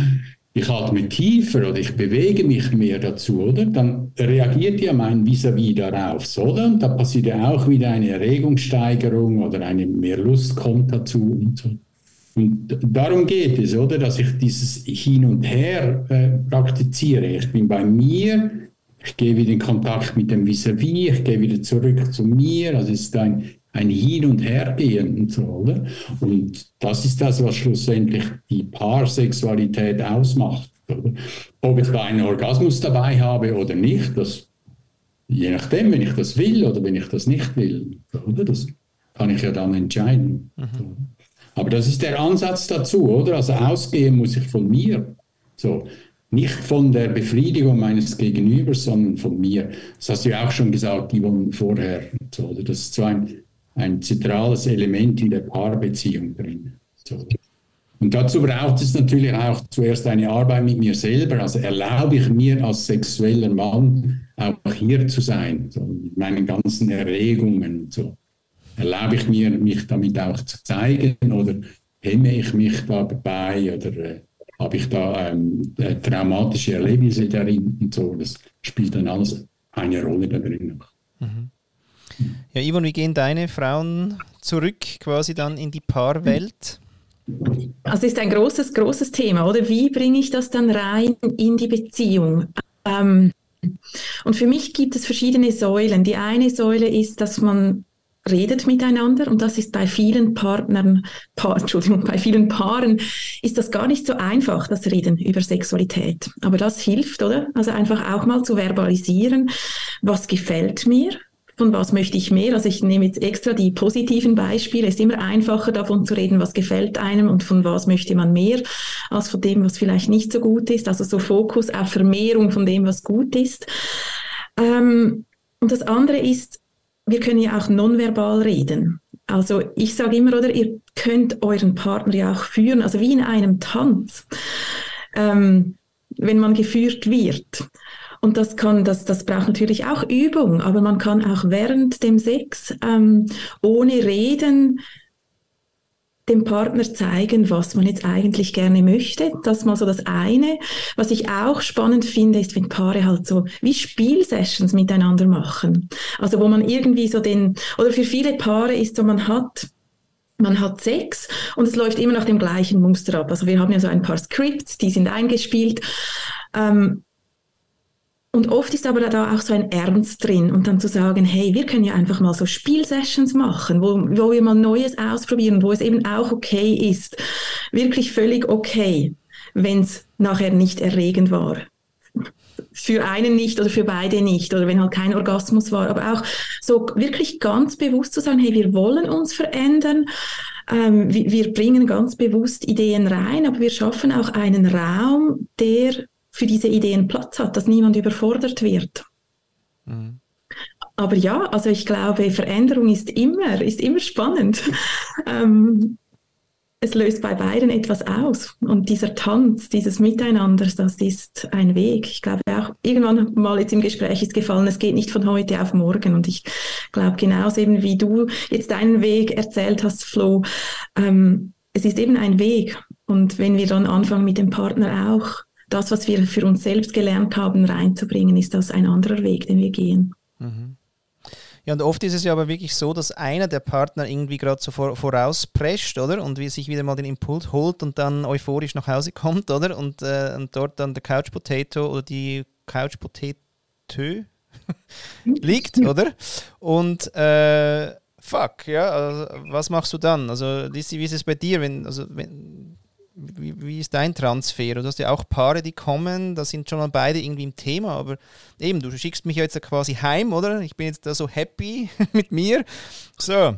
ich atme tiefer oder ich bewege mich mehr dazu, oder? Dann reagiert ja mein Vis-à-vis darauf, so, oder? Und da passiert ja auch wieder eine Erregungssteigerung oder eine mehr Lust kommt dazu und so. Und darum geht es, oder? Dass ich dieses Hin und Her äh, praktiziere. Ich bin bei mir, ich gehe wieder in Kontakt mit dem Vis-à-vis, ich gehe wieder zurück zu mir, also es ist ein ein Hin- und Hergehen und so, oder? Und das ist das, was schlussendlich die Paarsexualität ausmacht, oder? Ob ich da einen Orgasmus dabei habe oder nicht, das, je nachdem, wenn ich das will oder wenn ich das nicht will, oder? Das kann ich ja dann entscheiden. Mhm. Aber das ist der Ansatz dazu, oder? Also ausgehen muss ich von mir, so. Nicht von der Befriedigung meines Gegenübers, sondern von mir. Das hast du ja auch schon gesagt, Yvonne, vorher, so, oder? Das ist so ein ein zentrales Element in der Paarbeziehung drin. So. Und dazu braucht es natürlich auch zuerst eine Arbeit mit mir selber. Also erlaube ich mir als sexueller Mann auch hier zu sein, so mit meinen ganzen Erregungen. So. Erlaube ich mir, mich damit auch zu zeigen oder hemme ich mich dabei oder äh, habe ich da ähm, äh, traumatische Erlebnisse darin und so. Das spielt dann alles eine Rolle da drin. Mhm. Ja, Yvonne, wie gehen deine Frauen zurück quasi dann in die Paarwelt? Also ist ein großes, großes Thema, oder? Wie bringe ich das dann rein in die Beziehung? Ähm, und für mich gibt es verschiedene Säulen. Die eine Säule ist, dass man redet miteinander und das ist bei vielen Partnern, pa- Entschuldigung, bei vielen Paaren ist das gar nicht so einfach, das Reden über Sexualität. Aber das hilft, oder? Also einfach auch mal zu verbalisieren, was gefällt mir, von was möchte ich mehr? Also ich nehme jetzt extra die positiven Beispiele. Es ist immer einfacher davon zu reden, was gefällt einem und von was möchte man mehr, als von dem, was vielleicht nicht so gut ist. Also so Fokus auf Vermehrung von dem, was gut ist. Ähm, und das andere ist, wir können ja auch nonverbal reden. Also ich sage immer, oder, ihr könnt euren Partner ja auch führen, also wie in einem Tanz, ähm, wenn man geführt wird. Und das kann, das, das braucht natürlich auch Übung, aber man kann auch während dem Sex ähm, ohne Reden dem Partner zeigen, was man jetzt eigentlich gerne möchte. Das ist mal so das eine. Was ich auch spannend finde, ist, wenn Paare halt so wie Spielsessions miteinander machen. Also wo man irgendwie so den, oder für viele Paare ist so, man hat Man hat Sex und es läuft immer nach dem gleichen Muster ab. Also wir haben ja so ein paar Scripts, die sind eingespielt. Ähm, Und oft ist aber da auch so ein Ernst drin und dann zu sagen, hey, wir können ja einfach mal so Spielsessions machen, wo, wo wir mal Neues ausprobieren, wo es eben auch okay ist, wirklich völlig okay, wenn es nachher nicht erregend war. Für einen nicht oder für beide nicht oder wenn halt kein Orgasmus war, aber auch so wirklich ganz bewusst zu sagen, hey, wir wollen uns verändern, ähm, wir, wir bringen ganz bewusst Ideen rein, aber wir schaffen auch einen Raum, der für diese Ideen Platz hat, dass niemand überfordert wird. Mhm. Aber ja, also ich glaube, Veränderung ist immer, ist immer spannend. ähm, es löst bei beiden etwas aus. Und dieser Tanz, dieses Miteinander, das ist ein Weg. Ich glaube auch, irgendwann mal jetzt im Gespräch ist gefallen, es geht nicht von heute auf morgen. Und ich glaube, genauso eben wie du jetzt deinen Weg erzählt hast, Flo, ähm, es ist eben ein Weg. Und wenn wir dann anfangen mit dem Partner auch, das, was wir für uns selbst gelernt haben, reinzubringen, ist das ein anderer Weg, den wir gehen. Mhm. Ja, und oft ist es ja aber wirklich so, dass einer der Partner irgendwie gerade so vor, vorausprescht, oder? Und wie sich wieder mal den Impuls holt und dann euphorisch nach Hause kommt, oder? Und, äh, und dort dann der Couch Potato oder die Couch Potato liegt, oder? Und äh, fuck, ja, also, was machst du dann? Also, Lissi, wie ist es bei dir, wenn, also, wenn Wie, wie ist dein Transfer? Du hast ja auch Paare, die kommen, da sind schon mal beide irgendwie im Thema, aber eben, du schickst mich ja jetzt quasi heim, oder? Ich bin jetzt da so happy mit mir. So,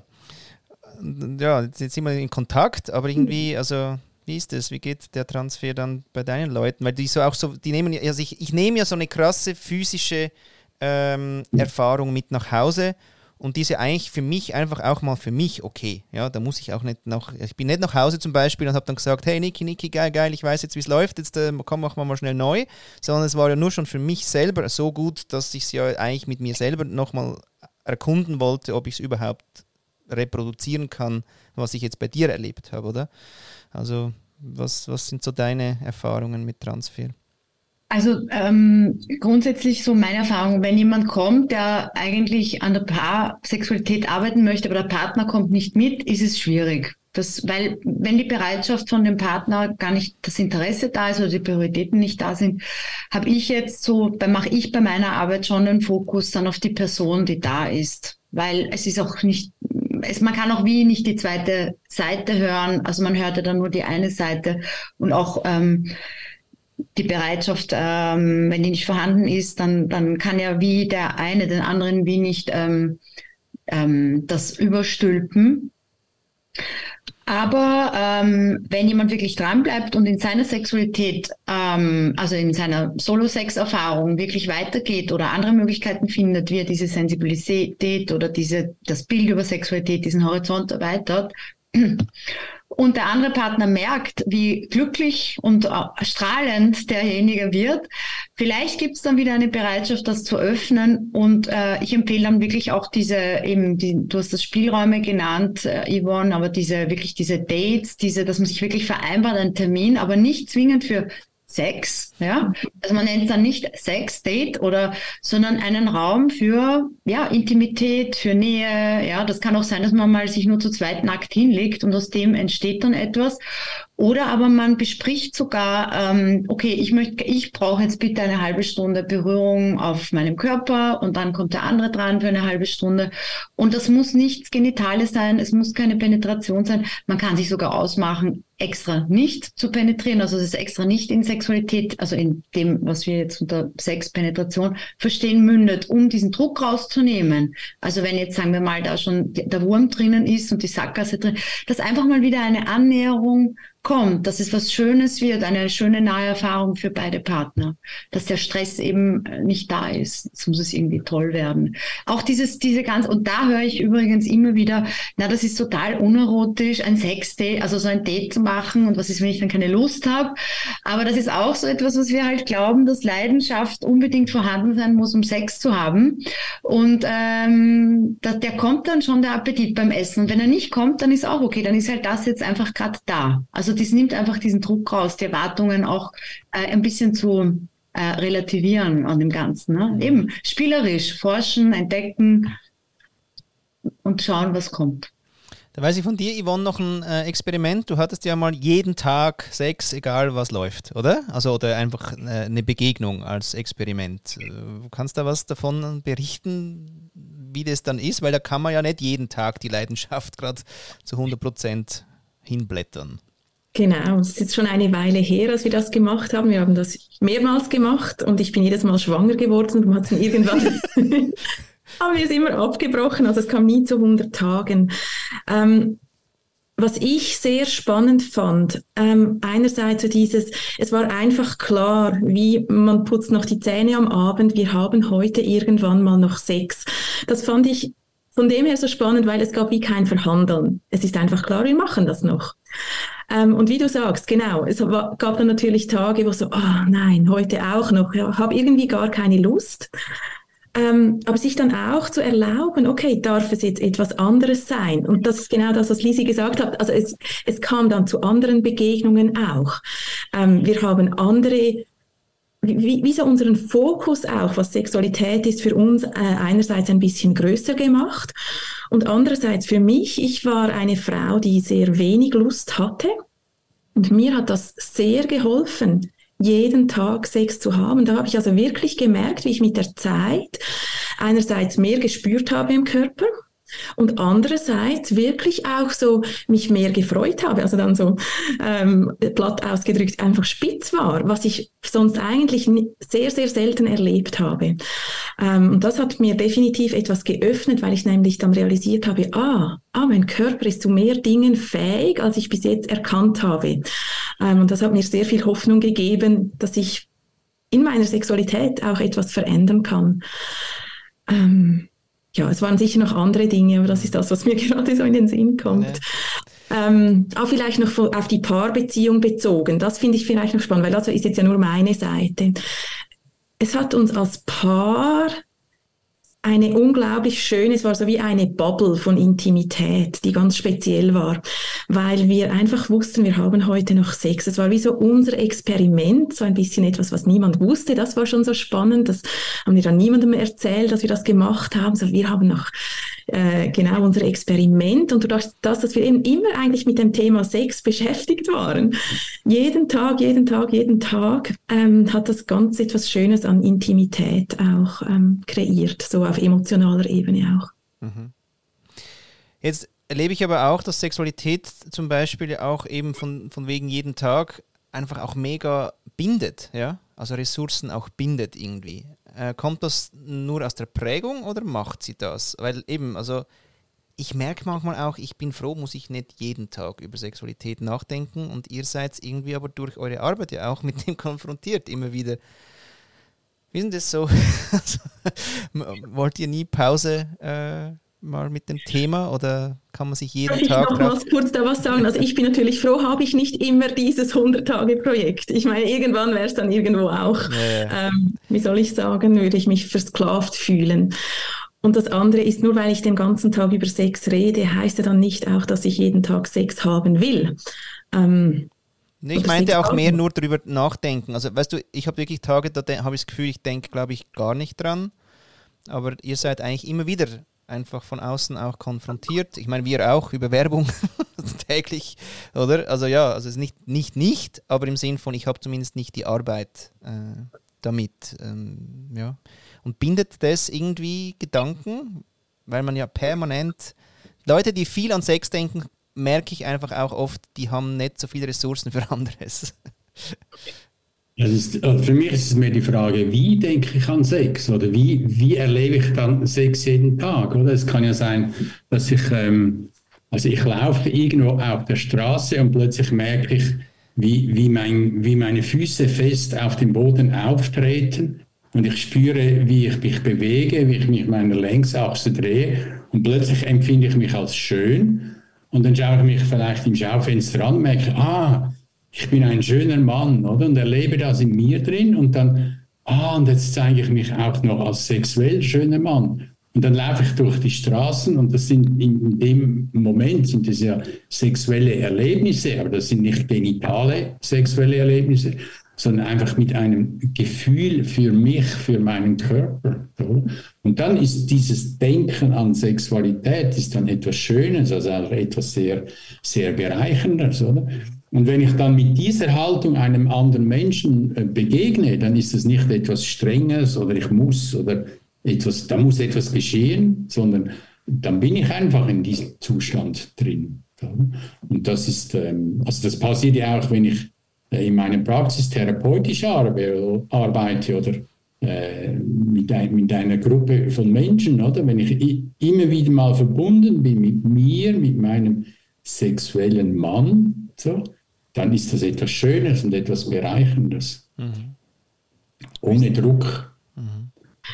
ja, jetzt, jetzt sind wir in Kontakt, aber irgendwie, also, wie ist das? Wie geht der Transfer dann bei deinen Leuten? Weil die so auch so, die nehmen, also ich, ich nehme ja so eine krasse physische ähm, Erfahrung mit nach Hause. Und diese eigentlich für mich einfach auch mal für mich okay. Ja, da muss ich auch nicht nach, ich bin nicht nach Hause zum Beispiel und habe dann gesagt, hey Niki, Niki, geil, geil, ich weiß jetzt, wie es läuft, jetzt äh, komm, machen wir mal schnell neu. Sondern es war ja nur schon für mich selber so gut, dass ich es ja eigentlich mit mir selber nochmal erkunden wollte, ob ich es überhaupt reproduzieren kann, was ich jetzt bei dir erlebt habe, oder? Also, was, was sind so deine Erfahrungen mit Transfer? Also ähm, grundsätzlich so meine Erfahrung, wenn jemand kommt, der eigentlich an der Paarsexualität arbeiten möchte, aber der Partner kommt nicht mit, ist es schwierig. Das, weil wenn die Bereitschaft von dem Partner gar nicht das Interesse da ist oder die Prioritäten nicht da sind, habe ich jetzt so, da mache ich bei meiner Arbeit schon den Fokus dann auf die Person, die da ist. Weil es ist auch nicht, es, man kann auch wie nicht die zweite Seite hören, also man hört ja dann nur die eine Seite und auch ähm, die Bereitschaft, ähm, wenn die nicht vorhanden ist, dann, dann kann ja wie der eine den anderen wie nicht ähm, ähm, das überstülpen. Aber ähm, wenn jemand wirklich dranbleibt und in seiner Sexualität, ähm, also in seiner Solo-Sex-Erfahrung wirklich weitergeht oder andere Möglichkeiten findet, wie er diese Sensibilität oder diese, das Bild über Sexualität, diesen Horizont erweitert, und der andere Partner merkt, wie glücklich und strahlend derjenige wird, vielleicht gibt es dann wieder eine Bereitschaft, das zu öffnen. Und äh, ich empfehle dann wirklich auch diese, eben, die, du hast das Spielräume genannt, äh, Yvonne, aber diese wirklich diese Dates, diese, dass man sich wirklich vereinbart, einen Termin, aber nicht zwingend für Sex, ja, also man nennt es dann nicht Sex-Date oder, sondern einen Raum für, ja, Intimität, für Nähe, ja, das kann auch sein, dass man mal sich nur zu zweit nackt hinlegt und aus dem entsteht dann etwas. Oder aber man bespricht sogar, ähm, okay, ich möchte, ich brauche jetzt bitte eine halbe Stunde Berührung auf meinem Körper und dann kommt der andere dran für eine halbe Stunde. Und das muss nichts Genitales sein, es muss keine Penetration sein. Man kann sich sogar ausmachen, extra nicht zu penetrieren, also es ist extra nicht in Sexualität, also in dem, was wir jetzt unter Sexpenetration verstehen, mündet, um diesen Druck rauszunehmen. Also wenn jetzt, sagen wir mal, da schon der Wurm drinnen ist und die Sackgasse drin, dass einfach mal wieder eine Annäherung kommt, dass es was Schönes wird, eine schöne nahe Erfahrung für beide Partner, dass der Stress eben nicht da ist. Jetzt muss es irgendwie toll werden. Auch dieses, diese ganz, und da höre ich übrigens immer wieder, na, das ist total unerotisch, ein Sexdate, also so ein Date zu machen und was ist, wenn ich dann keine Lust habe. Aber das ist auch so etwas, was wir halt glauben, dass Leidenschaft unbedingt vorhanden sein muss, um Sex zu haben. Und ähm, das, der kommt dann schon, der Appetit beim Essen. Und wenn er nicht kommt, dann ist auch okay, dann ist halt das jetzt einfach gerade da. Also das nimmt einfach diesen Druck raus, die Erwartungen auch äh, ein bisschen zu äh, relativieren an dem Ganzen. Ne? Eben spielerisch forschen, entdecken und schauen, was kommt. Da weiß ich von dir, Yvonne, noch ein äh, Experiment. Du hattest ja mal jeden Tag Sex, egal was läuft, oder? Also oder einfach äh, eine Begegnung als Experiment. Äh, kannst du da was davon berichten, wie das dann ist? Weil da kann man ja nicht jeden Tag die Leidenschaft gerade zu hundert Prozent hinblättern. Genau, es ist jetzt schon eine Weile her, als wir das gemacht haben. Wir haben das mehrmals gemacht und ich bin jedes Mal schwanger geworden und hat es irgendwann... haben wir es immer abgebrochen, also es kam nie zu hundert Tagen. Ähm, was ich sehr spannend fand, ähm, einerseits so dieses, es war einfach klar, wie man putzt noch die Zähne am Abend, wir haben heute irgendwann mal noch Sex. Das fand ich von dem her so spannend, weil es gab wie kein Verhandeln. Es ist einfach klar, wir machen das noch. Ähm, und wie du sagst, genau, es war, gab dann natürlich Tage, wo so, ah oh, nein, heute auch noch, ich habe irgendwie gar keine Lust. Ähm, aber sich dann auch zu erlauben, okay, darf es jetzt etwas anderes sein? Und das ist genau das, was Lisi gesagt hat. Also es, es kam dann zu anderen Begegnungen auch. Ähm, wir haben andere, wie, wie so unseren Fokus auch, was Sexualität ist, für uns äh, einerseits ein bisschen größer gemacht und andererseits für mich, ich war eine Frau, die sehr wenig Lust hatte und mir hat das sehr geholfen, jeden Tag Sex zu haben. Da habe ich also wirklich gemerkt, wie ich mit der Zeit einerseits mehr gespürt habe im Körper und andererseits wirklich auch so mich mehr gefreut habe, also dann so ähm, platt ausgedrückt einfach spitz war, was ich sonst eigentlich sehr, sehr selten erlebt habe. Ähm, und das hat mir definitiv etwas geöffnet, weil ich nämlich dann realisiert habe, ah, ah, mein Körper ist zu mehr Dingen fähig, als ich bis jetzt erkannt habe. Ähm, und das hat mir sehr viel Hoffnung gegeben, dass ich in meiner Sexualität auch etwas verändern kann. Ähm, Ja, es waren sicher noch andere Dinge, aber das ist das, was mir gerade so in den Sinn kommt. Ja. Ähm, auch vielleicht noch auf die Paarbeziehung bezogen. Das finde ich vielleicht noch spannend, weil das ist jetzt ja nur meine Seite. Es hat uns als Paar eine unglaublich schöne, es war so wie eine Bubble von Intimität, die ganz speziell war, weil wir einfach wussten, wir haben heute noch Sex. Es war wie so unser Experiment, so ein bisschen etwas, was niemand wusste. Das war schon so spannend. Das haben wir dann niemandem erzählt, dass wir das gemacht haben. So, wir haben noch äh, genau unser Experiment und durch das, dass wir eben immer eigentlich mit dem Thema Sex beschäftigt waren, jeden Tag, jeden Tag, jeden Tag, ähm, hat das ganz etwas Schönes an Intimität auch ähm, kreiert, so auf emotionaler Ebene auch. Mhm. Jetzt erlebe ich aber auch, dass Sexualität zum Beispiel auch eben von, von wegen jeden Tag einfach auch mega bindet, ja? Also Ressourcen auch bindet irgendwie. Äh, kommt das nur aus der Prägung oder macht sie das? Weil eben, also ich merke manchmal auch, ich bin froh, muss ich nicht jeden Tag über Sexualität nachdenken und ihr seid irgendwie aber durch eure Arbeit ja auch mit dem konfrontiert, immer wieder. Wie ist denn das so? Wollt ihr nie Pause äh, mal mit dem Thema oder kann man sich jeden Darf Tag... Darf ich noch mal kurz da was sagen? Also ich bin natürlich froh, habe ich nicht immer dieses hundert-Tage-Projekt. Ich meine, irgendwann wäre es dann irgendwo auch, ja, ja. Ähm, wie soll ich sagen, würde ich mich versklavt fühlen. Und das andere ist, nur weil ich den ganzen Tag über Sex rede, heißt ja dann nicht auch, dass ich jeden Tag Sex haben will. Ähm, Nee, ich meinte auch mehr nur darüber nachdenken. Also weißt du, ich habe wirklich Tage, da habe ich das Gefühl, ich denke, glaube ich, gar nicht dran. Aber ihr seid eigentlich immer wieder einfach von außen auch konfrontiert. Ich meine, wir auch über Werbung täglich, oder? Also ja, also es ist nicht, nicht, nicht, aber im Sinn von, ich habe zumindest nicht die Arbeit äh, damit. Ähm, ja. Und bindet das irgendwie Gedanken? Weil man ja permanent, Leute, die viel an Sex denken, merke ich einfach auch oft, die haben nicht so viele Ressourcen für anderes. Das ist, also für mich ist es mehr die Frage, wie denke ich an Sex oder wie, wie erlebe ich dann Sex jeden Tag? Oder? Es kann ja sein, dass ich, ähm, also ich laufe irgendwo auf der Straße und plötzlich merke ich, wie, wie, mein, wie meine Füße fest auf dem Boden auftreten und ich spüre, wie ich mich bewege, wie ich mich meiner Längsachse drehe und plötzlich empfinde ich mich als schön. Und dann schaue ich mich vielleicht im Schaufenster an und merke, ah, ich bin ein schöner Mann, oder? Und erlebe das in mir drin und dann, ah, und jetzt zeige ich mich auch noch als sexuell schöner Mann. Und dann laufe ich durch die Straßen und das sind in dem Moment sind das ja sexuelle Erlebnisse, aber das sind nicht genitale sexuelle Erlebnisse, sondern einfach mit einem Gefühl für mich, für meinen Körper. So. Und dann ist dieses Denken an Sexualität ist dann etwas Schönes, also auch etwas sehr, sehr Bereicherndes, oder? Und wenn ich dann mit dieser Haltung einem anderen Menschen äh, begegne, dann ist es nicht etwas Strenges oder ich muss oder etwas, da muss etwas geschehen, sondern dann bin ich einfach in diesem Zustand drin. Und das ist, ähm, also das passiert ja auch, wenn ich äh, in meiner Praxis therapeutisch arbe arbeite oder äh, mit, ein, mit einer Gruppe von Menschen, oder? Wenn ich i- immer wieder mal verbunden bin mit mir, mit meinem sexuellen Mann, so, dann ist das etwas Schönes und etwas Bereicherndes. Mhm. Ohne Druck. Mhm.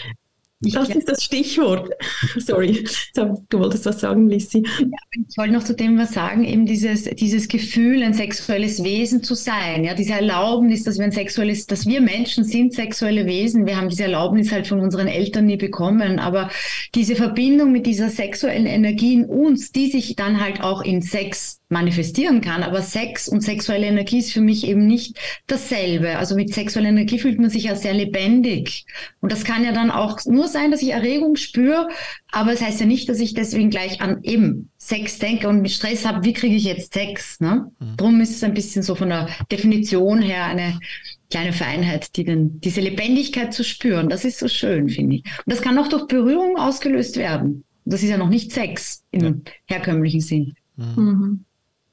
Das ist das Stichwort. Sorry, du wolltest was sagen, Lissi. Ja, ich wollte noch zu dem was sagen, eben dieses, dieses Gefühl, ein sexuelles Wesen zu sein, ja, diese Erlaubnis, dass wir ein sexuelles, dass wir Menschen sind sexuelle Wesen. Wir haben diese Erlaubnis halt von unseren Eltern nie bekommen, aber diese Verbindung mit dieser sexuellen Energie in uns, die sich dann halt auch in Sex manifestieren kann, aber Sex und sexuelle Energie ist für mich eben nicht dasselbe. Also mit sexueller Energie fühlt man sich ja sehr lebendig. Und das kann ja dann auch nur sein, dass ich Erregung spüre, aber es heißt ja nicht, dass ich deswegen gleich an eben Sex denke und mit Stress habe, wie kriege ich jetzt Sex? Ne? Mhm. Darum ist es ein bisschen so von der Definition her eine kleine Feinheit, die den, diese Lebendigkeit zu spüren. Das ist so schön, finde ich. Und das kann auch durch Berührung ausgelöst werden. Das ist ja noch nicht Sex im ja. herkömmlichen Sinn. Mhm. Mhm.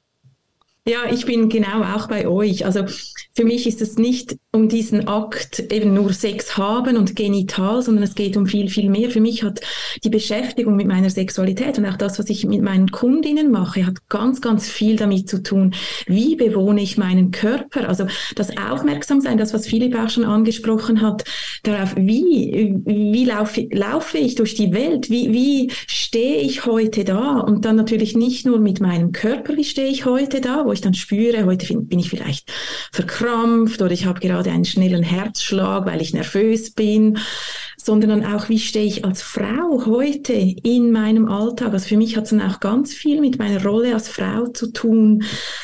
Ja, ich bin genau auch bei euch. Also für mich ist es nicht um diesen Akt eben nur Sex haben und genital, sondern es geht um viel, viel mehr. Für mich hat die Beschäftigung mit meiner Sexualität und auch das, was ich mit meinen Kundinnen mache, hat ganz, ganz viel damit zu tun, wie bewohne ich meinen Körper. Also das Aufmerksamsein, das, was Philipp auch schon angesprochen hat, darauf, wie, wie laufe, laufe ich durch die Welt, wie, wie stehe ich heute da? Und dann natürlich nicht nur mit meinem Körper, wie stehe ich heute da, wo ich dann spüre, heute bin ich vielleicht verkrampft oder ich habe gerade einen schnellen Herzschlag, weil ich nervös bin, sondern dann auch, wie stehe ich als Frau heute in meinem Alltag. Also für mich hat es dann auch ganz viel mit meiner Rolle als Frau zu tun,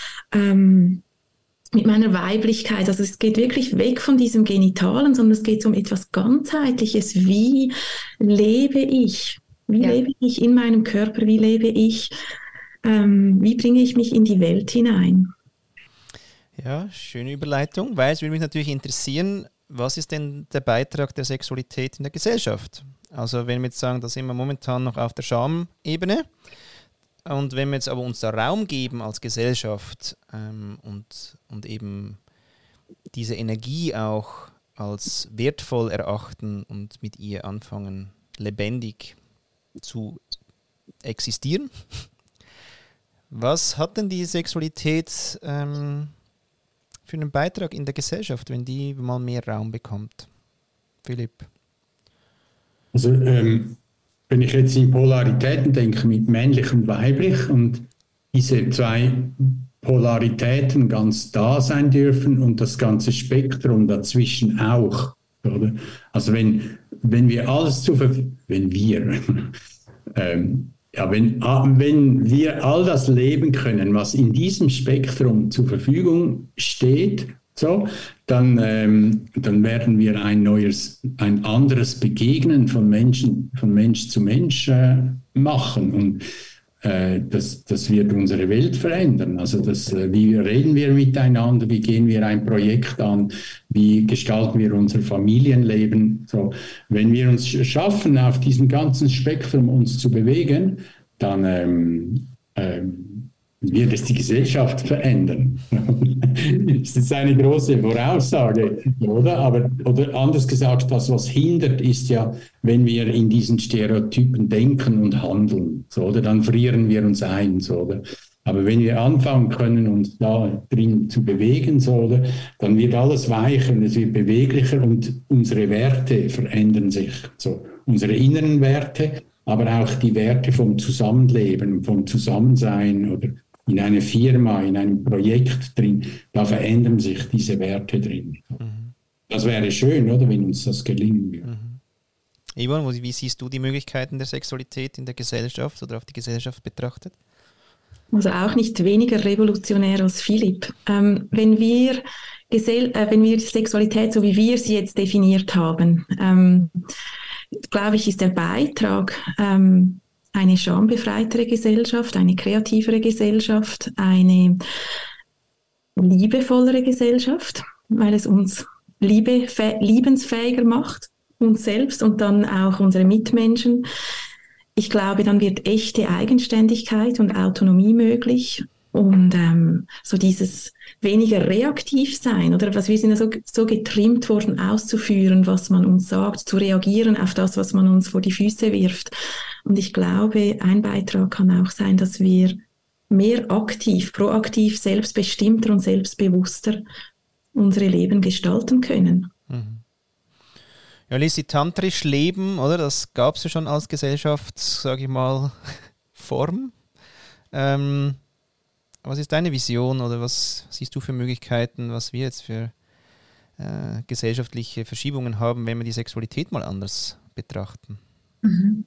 ähm, mit meiner Weiblichkeit. Also es geht wirklich weg von diesem Genitalen, sondern es geht um etwas Ganzheitliches. Wie lebe ich? Wie ja. lebe ich in meinem Körper? Wie lebe ich Ähm, wie bringe ich mich in die Welt hinein? Ja, schöne Überleitung, weil es würde mich natürlich interessieren, was ist denn der Beitrag der Sexualität in der Gesellschaft? Also wenn wir jetzt sagen, da sind wir momentan noch auf der Schamebene und wenn wir jetzt aber uns da Raum geben als Gesellschaft ähm, und, und eben diese Energie auch als wertvoll erachten und mit ihr anfangen, lebendig zu existieren, was hat denn die Sexualität ähm, für einen Beitrag in der Gesellschaft, wenn die mal mehr Raum bekommt? Philipp? Also ähm, wenn ich jetzt in Polaritäten denke, mit männlich und weiblich und diese zwei Polaritäten ganz da sein dürfen und das ganze Spektrum dazwischen auch. Oder? Also wenn, wenn wir alles zu verfügen, wenn wir... ähm, Ja, wenn, wenn wir all das leben können, was in diesem Spektrum zur Verfügung steht, so, dann, ähm, dann werden wir ein neues, ein anderes Begegnen von Menschen, von Mensch zu Mensch äh, machen. Und äh, das, das wird unsere Welt verändern. Also das, äh, wie reden wir miteinander, wie gehen wir ein Projekt an, wie gestalten wir unser Familienleben. So, wenn wir uns schaffen, auf diesem ganzen Spektrum uns zu bewegen, dann ähm, ähm, wird es die Gesellschaft verändern. Das ist eine große Voraussage, oder? Aber oder anders gesagt, das, was hindert, ist ja, wenn wir in diesen Stereotypen denken und handeln, so, oder? Dann frieren wir uns ein, so, oder? Aber wenn wir anfangen können, uns da drin zu bewegen, so, oder, dann wird alles weicher und es wird beweglicher und unsere Werte verändern sich, so, unsere inneren Werte, aber auch die Werte vom Zusammenleben, vom Zusammensein oder in einer Firma, in einem Projekt drin, da verändern sich diese Werte drin. Mhm. Das wäre schön, oder, wenn uns das gelingen würde. Mhm. Yvonne, wie siehst du die Möglichkeiten der Sexualität in der Gesellschaft oder auf die Gesellschaft betrachtet? also auch nicht weniger revolutionär als Philipp. Ähm, wenn wir Gesell äh, wenn wir die Sexualität, so wie wir sie jetzt definiert haben, ähm, glaube ich, ist der Beitrag ähm, eine schambefreitere Gesellschaft, eine kreativere Gesellschaft, eine liebevollere Gesellschaft, weil es uns liebe, liebensfähiger macht, uns selbst und dann auch unsere Mitmenschen. Ich glaube, dann wird echte Eigenständigkeit und Autonomie möglich und ähm, so dieses weniger reaktiv sein, oder was wir sind ja so, so getrimmt worden, auszuführen, was man uns sagt, zu reagieren auf das, was man uns vor die Füße wirft. Und ich glaube, ein Beitrag kann auch sein, dass wir mehr aktiv, proaktiv, selbstbestimmter und selbstbewusster unsere Leben gestalten können. Mhm. Ja, Lissi, tantrisch leben, oder? Das gab es ja schon als Gesellschafts-, sage ich mal, Form. Ähm, was ist deine Vision oder was siehst du für Möglichkeiten, was wir jetzt für äh, gesellschaftliche Verschiebungen haben, wenn wir die Sexualität mal anders betrachten? Mhm.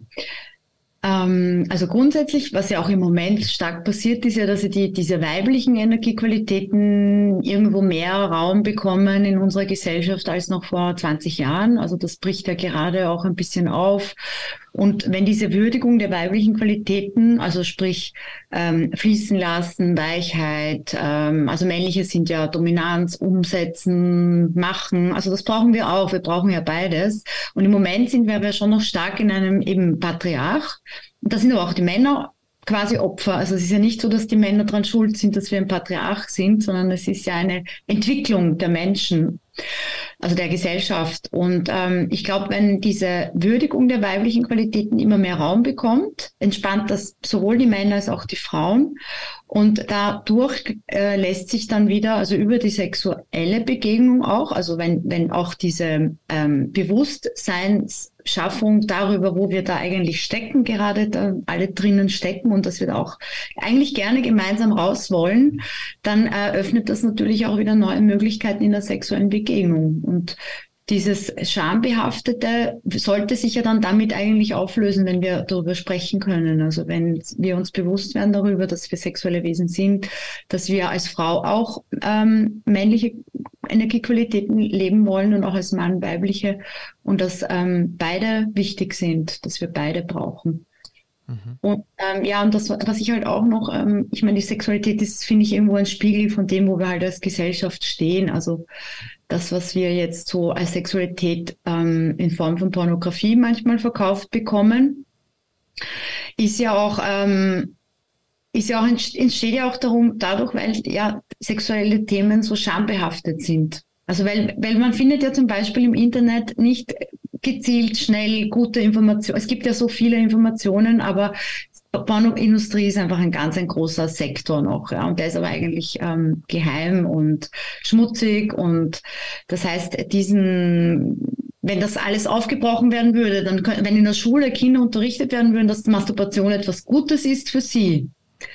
Also grundsätzlich, was ja auch im Moment stark passiert, ist ja, dass die, diese weiblichen Energiequalitäten irgendwo mehr Raum bekommen in unserer Gesellschaft als noch vor zwanzig Jahren. Also das bricht ja gerade auch ein bisschen auf. Und wenn diese Würdigung der weiblichen Qualitäten, also sprich ähm, fließen lassen, Weichheit, ähm, also männliche sind ja Dominanz, umsetzen, machen, also das brauchen wir auch, wir brauchen ja beides. Und im Moment sind wir aber schon noch stark in einem eben Patriarch. Und da sind aber auch die Männer quasi Opfer. Also es ist ja nicht so, dass die Männer daran schuld sind, dass wir ein Patriarch sind, sondern es ist ja eine Entwicklung der Menschen, also der Gesellschaft. Und ähm, ich glaube, wenn diese Würdigung der weiblichen Qualitäten immer mehr Raum bekommt, entspannt das sowohl die Männer als auch die Frauen. Und dadurch äh, lässt sich dann wieder, also über die sexuelle Begegnung auch, also wenn, wenn auch diese ähm, Bewusstseinsschaffung darüber, wo wir da eigentlich stecken, gerade da alle drinnen stecken und dass wir da auch eigentlich gerne gemeinsam raus wollen, dann eröffnet das natürlich auch wieder neue Möglichkeiten in der sexuellen Begegnung. Und dieses Schambehaftete sollte sich ja dann damit eigentlich auflösen, wenn wir darüber sprechen können. Also wenn wir uns bewusst werden darüber, dass wir sexuelle Wesen sind, dass wir als Frau auch ähm, männliche Energiequalitäten leben wollen und auch als Mann weibliche und dass ähm, beide wichtig sind, dass wir beide brauchen. Mhm. Und ähm, ja, und das, was ich halt auch noch, ähm, ich meine, die Sexualität ist, finde ich, irgendwo ein Spiegel von dem, wo wir halt als Gesellschaft stehen. Also das, was wir jetzt so als Sexualität ähm, in Form von Pornografie manchmal verkauft bekommen, ist ja auch, ähm, ist ja auch entsteht ja auch darum, dadurch, weil ja sexuelle Themen so schambehaftet sind. Also weil, weil man findet ja zum Beispiel im Internet nicht gezielt, schnell, gute Informationen. Es gibt ja so viele Informationen, aber Pornoindustrie ist einfach ein ganz ein großer Sektor noch, ja, und der ist aber eigentlich ähm, geheim und schmutzig und das heißt, diesen, wenn das alles aufgebrochen werden würde, dann können, wenn in der Schule Kinder unterrichtet werden würden, dass Masturbation etwas Gutes ist für sie,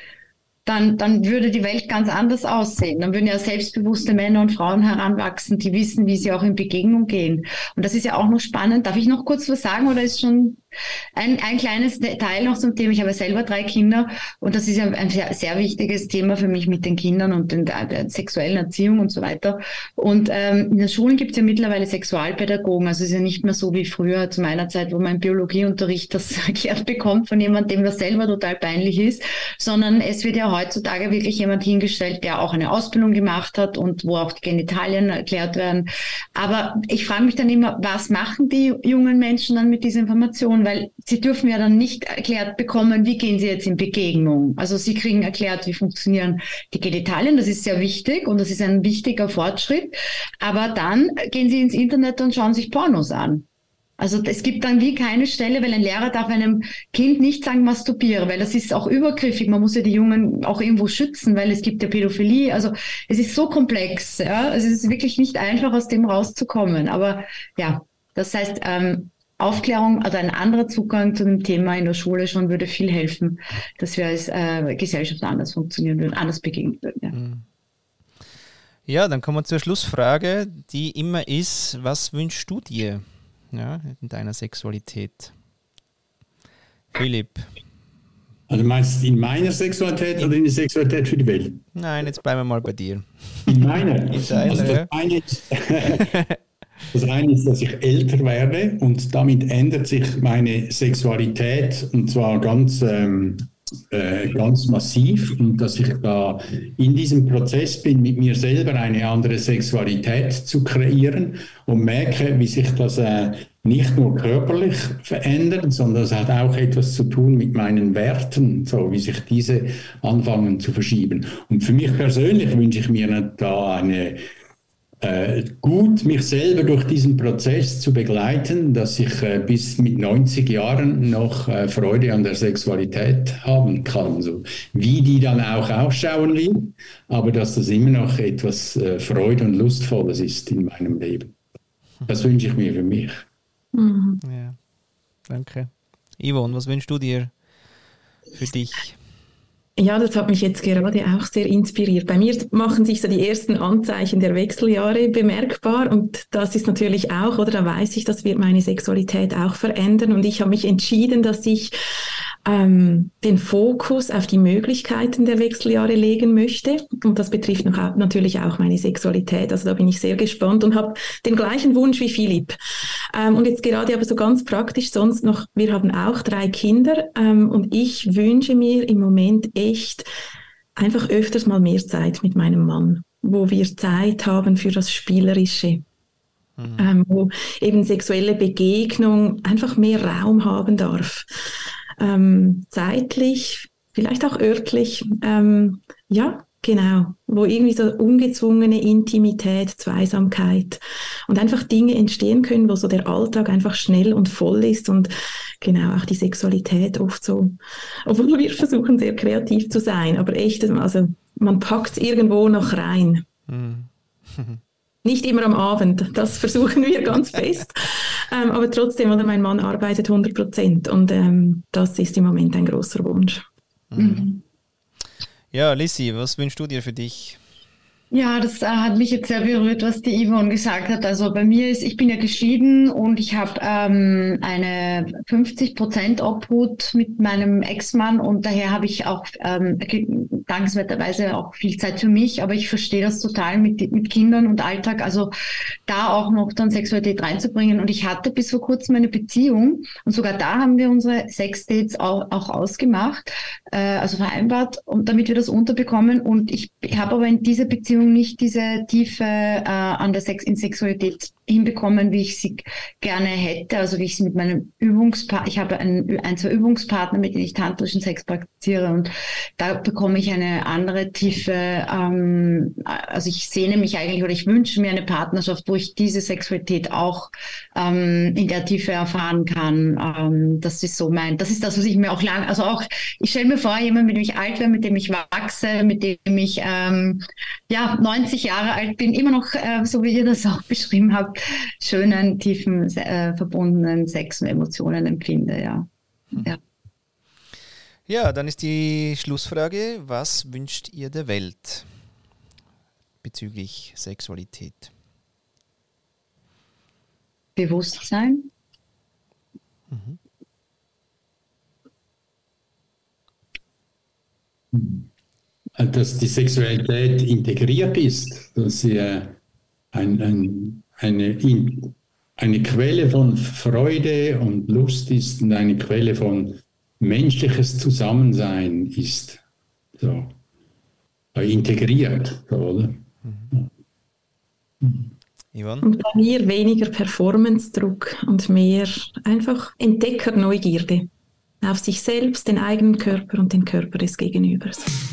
dann, dann würde die Welt ganz anders aussehen. Dann würden ja selbstbewusste Männer und Frauen heranwachsen, die wissen, wie sie auch in Begegnung gehen. Und das ist ja auch noch spannend. Darf ich noch kurz was sagen oder ist schon ein, ein kleines Detail noch zum Thema? Ich habe selber drei Kinder und das ist ja ein sehr, sehr wichtiges Thema für mich mit den Kindern und den, der sexuellen Erziehung und so weiter. Und ähm, in den Schulen gibt es ja mittlerweile Sexualpädagogen. Also es ist ja nicht mehr so wie früher zu meiner Zeit, wo man im Biologieunterricht das erklärt bekommt von jemandem, dem das selber total peinlich ist, sondern es wird ja heutzutage wirklich jemand hingestellt, der auch eine Ausbildung gemacht hat und wo auch die Genitalien erklärt werden. Aber ich frage mich dann immer, was machen die jungen Menschen dann mit dieser Information? Weil sie dürfen ja dann nicht erklärt bekommen, wie gehen sie jetzt in Begegnung. Also sie kriegen erklärt, wie funktionieren die Genitalien. Das ist sehr wichtig und das ist ein wichtiger Fortschritt. Aber dann gehen sie ins Internet und schauen sich Pornos an. Also es gibt dann wie keine Stelle, weil ein Lehrer darf einem Kind nicht sagen, masturbiere, weil das ist auch übergriffig. Man muss ja die Jungen auch irgendwo schützen, weil es gibt ja Pädophilie. Also es ist so komplex. Ja? Es ist wirklich nicht einfach, aus dem rauszukommen. Aber ja, das heißt, ähm, Aufklärung, also ein anderer Zugang zu dem Thema in der Schule schon würde viel helfen, dass wir als äh, Gesellschaft anders funktionieren würden, anders begegnen würden. Ja. Ja, dann kommen wir zur Schlussfrage, die immer ist, was wünschst du dir, ja, in deiner Sexualität? Philipp? Also meinst du in meiner Sexualität oder in der Sexualität für die Welt? Nein, jetzt bleiben wir mal bei dir. In meiner? In deiner, also das, ja. eine ist, das eine ist, dass ich älter werde und damit ändert sich meine Sexualität und zwar ganz, ähm, äh, ganz massiv und dass ich da in diesem Prozess bin, mit mir selber eine andere Sexualität zu kreieren und merke, wie sich das äh, nicht nur körperlich verändert, sondern es hat auch etwas zu tun mit meinen Werten, so wie sich diese anfangen zu verschieben. Und für mich persönlich wünsche ich mir da eine äh, gut, mich selber durch diesen Prozess zu begleiten, dass ich äh, bis mit neunzig Jahren noch äh, Freude an der Sexualität haben kann. So, wie die dann auch ausschauen will, aber dass das immer noch etwas äh, Freude und Lustvolles ist in meinem Leben. Das wünsche ich mir für mich. Mhm. Ja, danke. Yvonne, was wünschst du dir für dich? Ja, das hat mich jetzt gerade auch sehr inspiriert. Bei mir machen sich so die ersten Anzeichen der Wechseljahre bemerkbar und das ist natürlich auch, oder da weiß ich, das wird meine Sexualität auch verändern und ich habe mich entschieden, dass ich ähm, den Fokus auf die Möglichkeiten der Wechseljahre legen möchte und das betrifft noch, natürlich auch meine Sexualität, also da bin ich sehr gespannt und habe den gleichen Wunsch wie Philipp. Ähm, und jetzt gerade aber so ganz praktisch sonst noch, wir haben auch drei Kinder ähm, und ich wünsche mir im Moment echt einfach öfters mal mehr Zeit mit meinem Mann, wo wir Zeit haben für das Spielerische, mhm. ähm, wo eben sexuelle Begegnung einfach mehr Raum haben darf. Ähm, zeitlich, vielleicht auch örtlich, ähm, ja, genau, wo irgendwie so ungezwungene Intimität, Zweisamkeit und einfach Dinge entstehen können, wo so der Alltag einfach schnell und voll ist und genau auch die Sexualität oft so, obwohl wir versuchen sehr kreativ zu sein, aber echt, also man packt es irgendwo noch rein. Mhm. Nicht immer am Abend, das versuchen wir ganz fest, ähm, aber trotzdem, oder mein Mann arbeitet hundert Prozent und ähm, das ist im Moment ein großer Wunsch. Mhm. Ja, Lissi, was wünschst du dir für dich? Ja, das äh, hat mich jetzt sehr berührt, was die Yvonne gesagt hat. Also bei mir ist, ich bin ja geschieden und ich habe ähm, eine fünfzig Prozent Obhut mit meinem Ex-Mann und daher habe ich auch ähm, dankenswerterweise auch viel Zeit für mich, aber ich verstehe das total mit, mit Kindern und Alltag, also da auch noch dann Sexualität reinzubringen und ich hatte bis vor kurzem eine Beziehung und sogar da haben wir unsere Sexdates auch, auch ausgemacht, äh, also vereinbart, und damit wir das unterbekommen und ich habe aber in dieser Beziehung nicht diese Tiefe äh, an der Sex in Sexualität hinbekommen, wie ich sie gerne hätte, also wie ich sie mit meinem Übungspartner, ich habe einen, ein, zwei Übungspartner, mit denen ich tantrischen Sex praktiziere und da bekomme ich eine andere Tiefe, ähm, also ich sehne mich eigentlich oder ich wünsche mir eine Partnerschaft, wo ich diese Sexualität auch ähm, in der Tiefe erfahren kann. Ähm, das ist so mein, das ist das, was ich mir auch lang, also auch, ich stelle mir vor, jemand, mit dem ich alt werde, mit dem ich wachse, mit dem ich ähm, ja neunzig Jahre alt bin, immer noch, äh, so wie ihr das auch beschrieben habt, schönen, tiefen, äh, verbundenen Sex und Emotionen empfinde, ja. ja. Ja, dann ist die Schlussfrage, was wünscht ihr der Welt bezüglich Sexualität? Bewusstsein. Mhm. Dass die Sexualität integriert ist, dass sie äh, ein, ein, eine, eine Quelle von Freude und Lust ist und eine Quelle von menschliches Zusammensein ist. So. Integriert, so, oder? Mhm. Mhm. Yvonne? Und bei mir weniger Performance-Druck und mehr einfach Entdeckerneugierde auf sich selbst, den eigenen Körper und den Körper des Gegenübers.